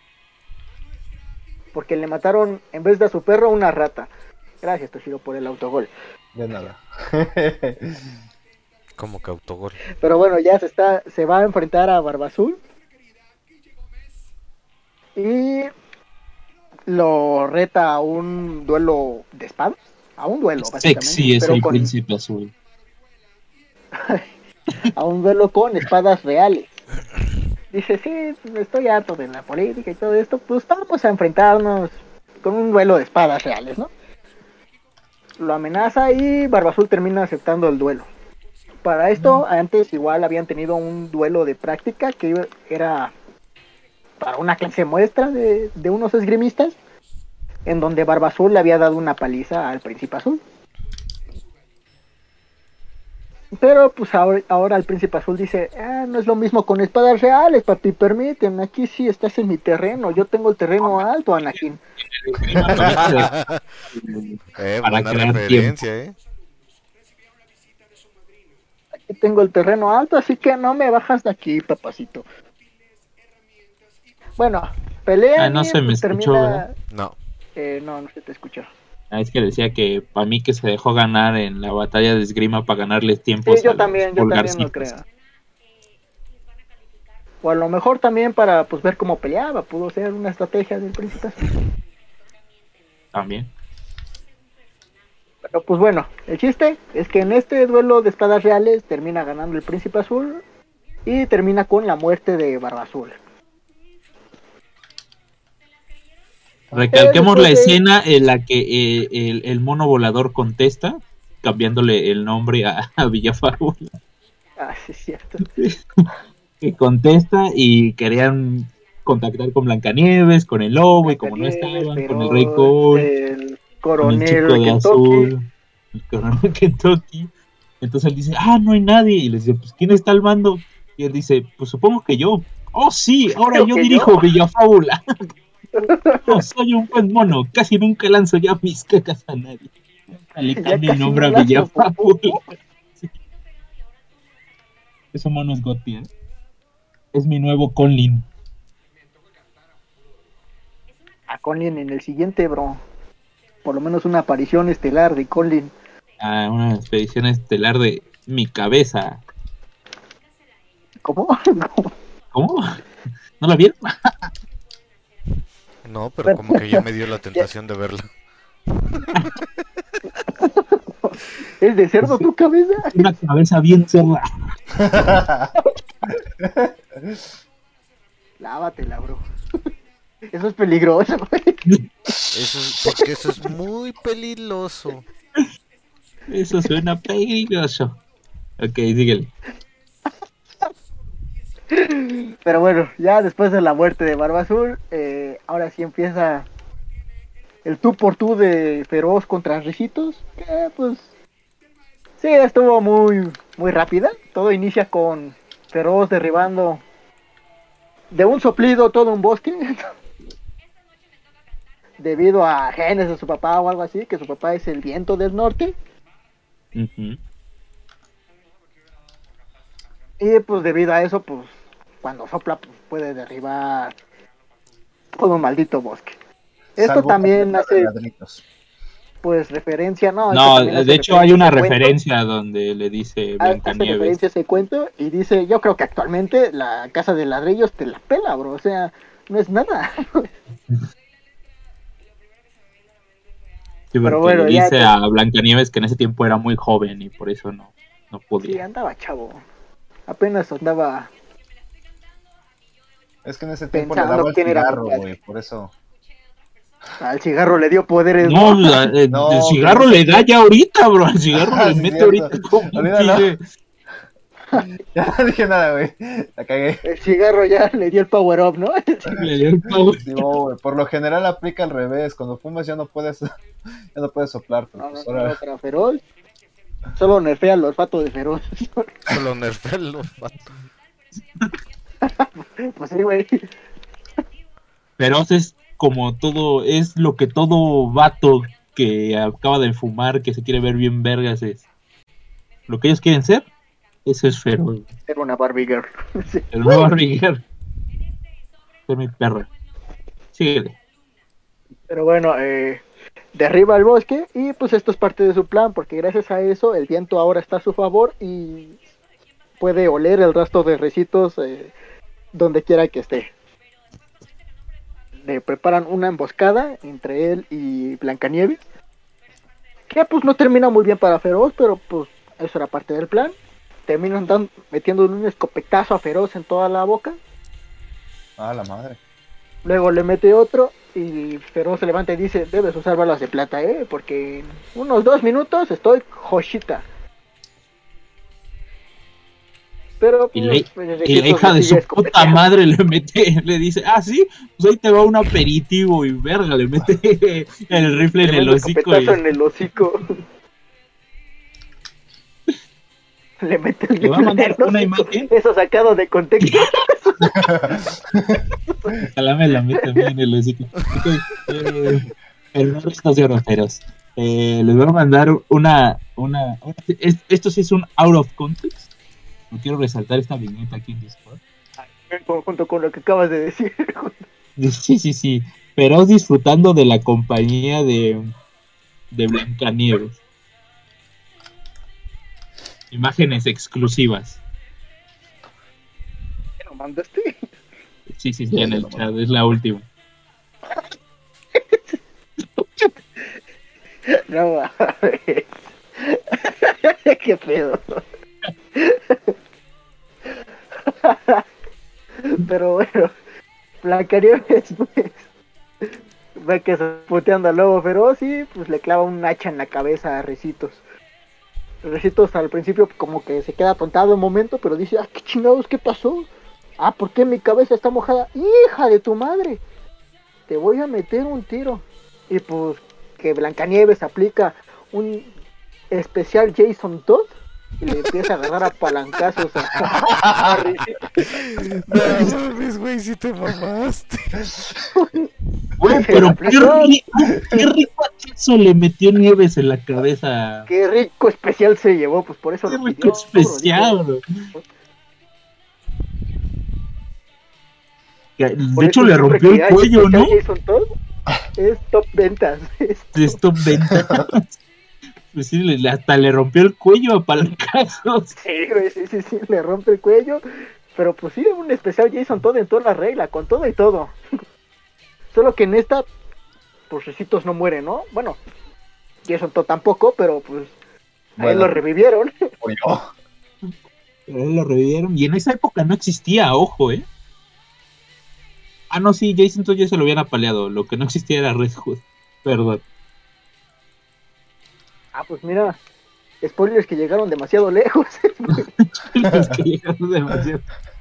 Porque le mataron, en vez de a su perro, una rata. Gracias, Toshiro, por el autogol. De nada. Como que autogol. Pero bueno, ya se está, se va a enfrentar a Barba Azul. Y lo reta a un duelo de espadas. A un duelo, básicamente. Sexy es pero el con, príncipe azul. a un duelo con espadas reales. Dice, sí, pues, estoy harto de la política y todo esto, pues vamos a enfrentarnos con un duelo de espadas reales, ¿no? Lo amenaza y Barba Azul termina aceptando el duelo. Para esto, antes igual habían tenido un duelo de práctica que era para una clase muestra de, de unos esgrimistas, en donde Barba Azul le había dado una paliza al Príncipe Azul. Pero pues ahora, ahora el Príncipe Azul dice, ah, no es lo mismo con espadas reales, papi, permíteme, aquí sí estás en mi terreno, yo tengo el terreno alto, Anakin. Eh, Para buena crear referencia, eh. Aquí tengo el terreno alto, así que no me bajas de aquí, papacito. Bueno, pelean Ah, no y se me pues, escuchó, termina... ¿verdad? No. Eh, no, no se te escuchó. Ah, es que decía que para mí que se dejó ganar en la batalla de esgrima para ganarles Sí, tiempos a yo los también, yo también lo pulgarcitos. creo. O a lo mejor también para pues ver cómo peleaba, pudo ser una estrategia del Príncipe Azul. También. Pero pues bueno, el chiste es que en este duelo de espadas reales termina ganando el Príncipe Azul y termina con la muerte de Barba Azul. Recalquemos la después de- escena en la que eh, el, el mono volador contesta cambiándole el nombre a, a Villafábula. Ah, sí, es cierto. Que contesta y querían contactar con Blancanieves, con el lobo, y como no Blancanieves, estaban, con pero el Rey Cole, el con el coronel chico de Kentucky. azul, el coronel Kentucky. Entonces él dice, ah, no hay nadie. Y les dice, pues, ¿quién está al mando? Y él dice, pues supongo que yo. Oh, sí, ahora Creo yo que dirijo yo. Villafábula. No, soy un buen mono, casi nunca lanzo ya mis cacas a nadie. Le Ya cambia el casi nombre no a lanzo Villafábula. popó. Sí. Ese mono es Gotti, ¿eh? Es mi nuevo Conlin. A Conlin en el siguiente, bro. Por lo menos una aparición estelar de Conlin. A una expedición estelar de mi cabeza. ¿Cómo? ¿Cómo? ¿No la vieron? No, pero como que ya me dio la tentación de verla. ¿Es de cerdo tu cabeza? Una cabeza bien cerda. Lávatela, bro. Eso es peligroso, güey. Eso es, porque eso es muy peligroso. Eso suena peligroso. Ok, síguele. Pero bueno, ya después de la muerte de Barba Azul, eh, ahora sí empieza el tú por tú de Feroz contra Ricitos. Que pues sí, estuvo muy, muy rápida. Todo inicia con Feroz derribando de un soplido todo un bosque. Debido a genes de su papá o algo así, que su papá es el viento del norte. Uh-huh. Y pues debido a eso, pues cuando sopla pues, puede derribar todo un maldito bosque. Esto Salvo también de hace ladritos. pues referencia, no, esto No, también hace de hecho hay una a ese cuento. referencia donde le dice Hace Blancanieves. referencia a ese cuento y dice, yo creo que actualmente la casa de ladrillos te la pela, bro, o sea, no es nada. Sí, Pero porque bueno, le ya dice que- a Blancanieves que en ese tiempo era muy joven y por eso no, no Sí, podía. andaba chavo. Apenas andaba Es que en ese tiempo le pensando daba el quién era cigarro, mi padre. güey, por eso. Al cigarro le dio poderes. No, ¿no? la- el, No, el cigarro que- le da ya ahorita, bro. El cigarro Ah, le sí, mete cierto. ahorita como un Olvídalo. pide. Ya no dije nada, güey. La cagué. El cigarro ya le dio el power up, ¿no? Le dio el power. Sí, no, güey. Por lo general aplica al revés. Cuando fumas ya no puedes, ya no puedes soplar. Pero No, no, pues no, ahora... para Feroz. Solo nerfea el olfato de Feroz. Solo nerfear los patos. Pues sí, güey. Feroz es como todo, es lo que todo vato que acaba de fumar, que se quiere ver bien vergas es. Lo que ellos quieren ser, eso es Feroz. Era una Barbie Girl. Sí. El nuevo Rigger. Ser mi perra. Síguele. Pero bueno, eh, derriba el bosque y pues esto es parte de su plan porque gracias a eso el viento ahora está a su favor y puede oler el rastro de Ricitos eh, donde quiera que esté. Le preparan una emboscada entre él y Blancanieves que pues no termina muy bien para Feroz, pero pues eso era parte del plan. Terminan dan, metiendo un escopetazo a Feroz en toda la boca. Ah, la madre. Luego le mete otro y Feroz se levanta y dice, debes usar balas de plata, eh, porque en unos dos minutos estoy joshita. Pero Y la, pues, pues, y la Ricitos hija le de sigue su puta escopeteando. madre le mete, le dice, ah, sí, pues ahí te va un aperitivo y verga, le mete el rifle en el Tremendo hocico. escopetazo Y, en el hocico. Le mete el ¿Te va a mandar rifle en el una hocico. imagen? Eso sacado de contexto. ojalá me la meta a mí en el hocico. Ok, eh, pero no restos de groseros. Eh, les voy a mandar una, una, es- esto sí es un out of context. No quiero resaltar esta viñeta aquí en Discord. Junto con lo que acabas de decir. Sí, sí, sí. Pero disfrutando de la compañía de, de Blancanieves. Imágenes exclusivas. ¿Qué lo mandaste? Sí, sí, sí, en el chat, es la última. No mames. Qué pedo. Pero bueno, Blancanieves pues ve que se está puteando al lobo feroz y pues le clava un hacha en la cabeza a Ricitos. Recitos al principio como que se queda atontado un momento, pero dice, ah, qué chingados, ¿qué pasó? Ah, ¿por qué mi cabeza está mojada? ¡Hija de tu madre! Te voy a meter un tiro. Y pues que Blancanieves aplica un especial Jason Todd y le empieza a agarrar a palancazos a, a Ricito. No mames, güey, si te mamaste. Güey, pero qué rico, qué rico achazo le metió Nieves en la cabeza. Qué rico especial se llevó, pues por eso Qué lo rico pidió, especial, bro. bro. De Por hecho, eso le siempre rompió que el hay cuello, ¿no? especial Jason Todd, es top ventas. Es top- De esto venta. Pues sí, le- hasta le rompió el cuello a palancazos. Sí, güey, sí, sí, sí, le rompe el cuello. Pero pues sí, un especial Jason Todd en toda la regla, con todo y todo. Solo que en esta, pues Ricitos no muere, ¿no? Bueno, Jason Todd tampoco, pero pues a él Bueno. lo revivieron. Murió. Pero él lo revivieron. Y en esa época no existía, ojo, ¿eh? Ah, no, sí, Jason Todd ya se lo habían apaleado. Lo que no existía era Red Hood. Perdón. Ah, pues mira, spoilers que llegaron demasiado lejos. Es que llegaron demasiado.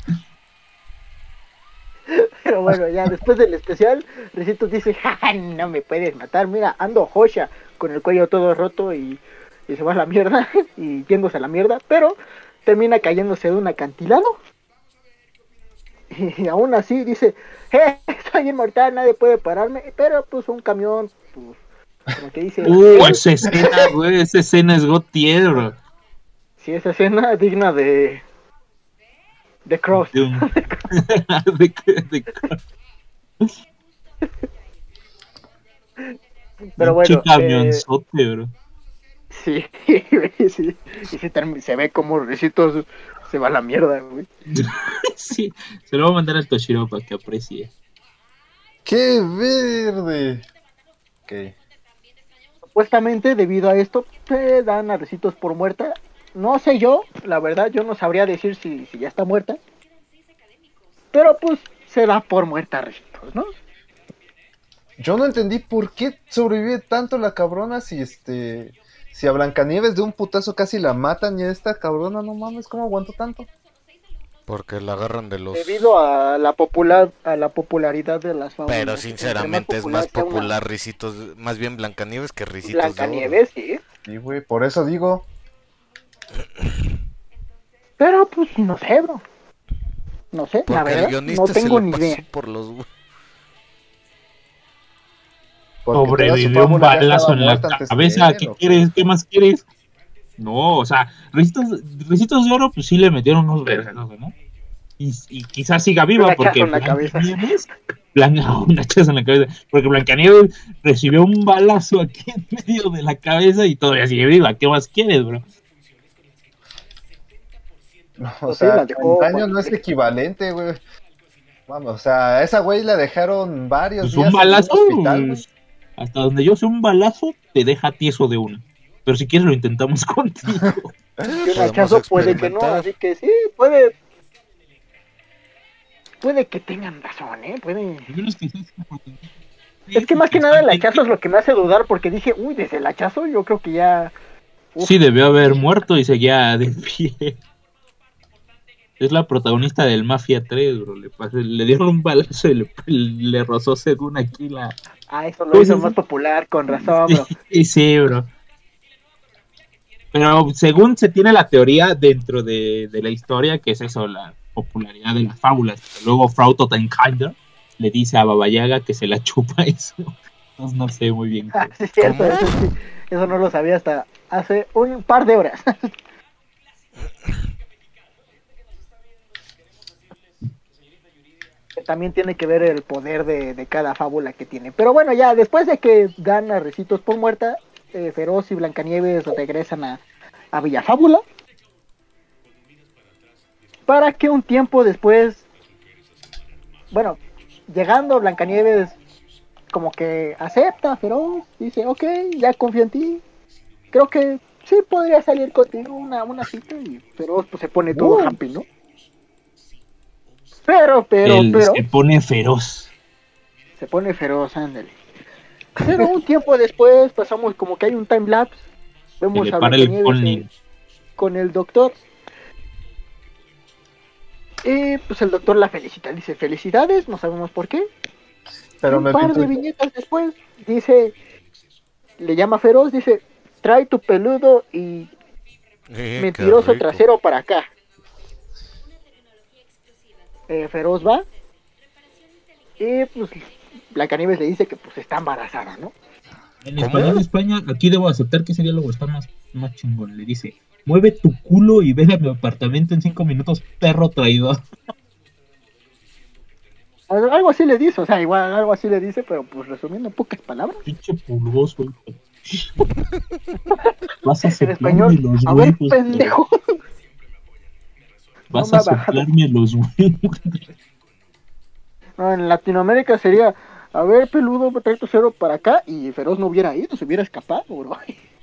Pero bueno, ya después del especial, Ricitos dice, ja, no me puedes matar, mira, ando joya, con el cuello todo roto y, y se va a la mierda, y yéndose a la mierda, pero termina cayéndose de un acantilado. Y aún así dice, eh, soy inmortal, nadie puede pararme, pero pues un camión, pues, como que dice, Uh, esa escena, güey, esa escena es God tier, bro. sí, esa escena digna de... de Cross. De un... de, de... Pero Pinche bueno, camionzote, bro. Sí, güey, sí. Y se, term- se ve como Ricitos se va a la mierda, güey. Sí, se lo voy a mandar al Toshiro para que aprecie. ¡Qué verde! Ok. Supuestamente, debido a esto, se dan a Ricitos por muerta. No sé yo, la verdad, yo no sabría decir si, si ya está muerta. Pero pues, se da por muerta a Ricitos, ¿no? Yo no entendí por qué sobrevive tanto la cabrona si este... Si a Blancanieves de un putazo casi la matan y a esta cabrona, no mames, ¿cómo aguantó tanto? Porque la agarran de los... Debido a la popular a la popularidad de las fábulas. Pero sinceramente es más sea una popular Ricitos, más bien Blancanieves que Ricitos de Oro. Blancanieves, sí. Sí, güey, por eso digo. Pero pues, no sé, bro. No sé, Porque la verdad, el guionista no se tengo le ni pasó idea. por los... Porque toda su Sobrevivió un fábula ya balazo estaba en la muerta antes de cabeza. él, ¿Qué ¿o quieres? ¿Qué más quieres? No, o sea, Ricitos, Ricitos de Oro, pues sí le metieron unos vergas, ¿no? Y, y quizás siga viva Un porque hachazo en la cabeza. Blancanieves, Blanca, un hachazo en la cabeza, porque Blancanieves recibió un balazo aquí en medio de la cabeza y todavía sigue viva. ¿Qué más quieres, bro? No, o Pues sí, sea, la dejó el daño con- no es equivalente, güey. Vamos, o sea, a esa güey la dejaron varios Pues días un balazo, en un hospital, güey. pues, hasta donde yo sé, un balazo te deja tieso de una. Pero si quieres lo intentamos contigo. Y un Podemos hachazo puede que no, experimentar. así que sí, puede. Puede que tengan razón, ¿eh? Puede. Es que más que nada el hachazo es lo que me hace dudar porque dije, uy, desde el hachazo yo creo que ya. Uf, Sí, debió haber muerto y seguía de pie. Es la protagonista del Mafia tres, bro. Le, pasó- le dieron un balazo y le, le rozó según aquí la... Ah, eso lo Pues hizo sí. más popular, con razón, bro. Sí, sí, bro. Pero según se tiene la teoría dentro de, de la historia, que es eso, la popularidad de las fábulas. Luego Frau Tottenkinder le dice a Baba Yaga que se la chupa eso. Entonces no sé muy bien. Ah, sí, es cierto, ¿Cómo? eso sí. Eso no lo sabía hasta hace un par de horas. Que también tiene que ver el poder de, de cada fábula que tiene. Pero bueno, ya después de que dan a Ricitos por muerta, eh, Feroz y Blancanieves regresan a, a Villafábula. Para que un tiempo después, bueno, llegando Blancanieves como que acepta a Feroz, dice, ok, ya confío en ti, creo que sí podría salir contigo una, una cita, y Feroz pues se pone todo Uh. happy, ¿no? Pero, pero, Él pero, se pone feroz. se pone feroz, ándale. Pero un tiempo después pasamos como que hay un time lapse, Se vemos le a para el Blancanieves pony. en, con el doctor. Y pues el doctor la felicita, dice felicidades, no sabemos por qué. Pero un me par pinto- de viñetas después, dice, le llama Feroz, dice, trae tu peludo y Eh, qué mentiroso rico. trasero para acá. Eh, Feroz va y pues Blancanieves le dice que pues está embarazada, ¿no? En ¿Cómo? español de España, aquí debo aceptar que ese diálogo está más, más chingón. Le dice, mueve tu culo y ven a mi apartamento en cinco minutos, perro traidor. Al- Algo así le dice, o sea, igual algo así le dice, pero pues resumiendo en pocas palabras. Pinche pulgoso, hijo. Vas a En soplarme español, los a ver, huevos. pendejo. Vas no a me ha bajado. soplarme los huevos. No, en Latinoamérica sería, a ver, peludo, trae tu cero para acá y Feroz no hubiera ido, se hubiera escapado, bro.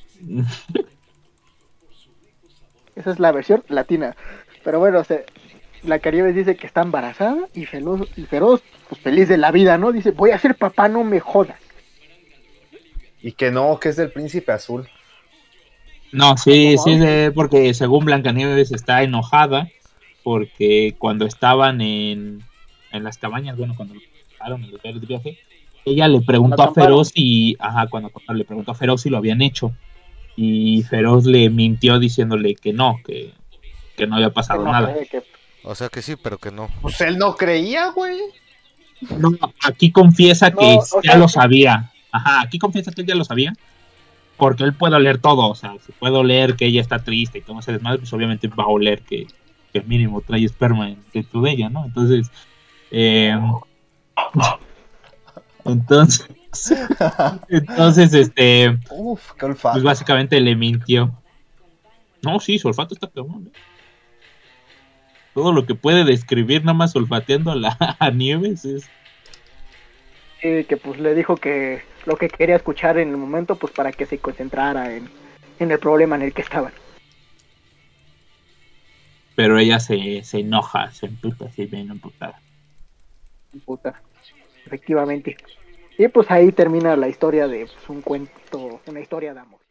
Esa es la versión latina. Pero bueno, o sea, la Caribes dice que está embarazada y Feroz, y Feroz, pues feliz de la vida, ¿no? Dice, voy a ser papá, no me jodas. Y que no, que es del príncipe azul. No, sí, ¿Cómo? sí, sí, porque según Blancanieves está enojada porque cuando estaban en, en las cabañas, bueno, cuando lo dejaron en el viaje, ella le preguntó Cuando a Feroz acamparon. y, ajá, cuando acamparon, le preguntó a Feroz si lo habían hecho y Feroz le mintió diciéndole que no, que, que no había Que pasado no nada. cree que... O sea que sí, pero que no. Pues él no creía, güey. No, aquí confiesa que No, o ya sea, lo sí. sabía. Ajá, aquí confiesa que él ya lo sabía. Porque él puede oler todo. O sea, si puede oler que ella está triste y todo ese desmadre, pues obviamente va a oler que, que mínimo trae esperma dentro de ella, ¿no? Entonces, eh, entonces, entonces, este, Uf, qué olfato. pues básicamente le mintió. No, sí, su olfato está cabrón, ¿eh? Todo lo que puede describir nada más olfateando a, la, a Nieves es... Sí, que pues le dijo que lo que quería escuchar en el momento, pues para que se concentrara en, en el problema en el que estaban. Pero ella se, se enoja, se emputa, así bien emputada. Puta, efectivamente. Y pues ahí termina la historia de pues, un cuento, una historia de amor.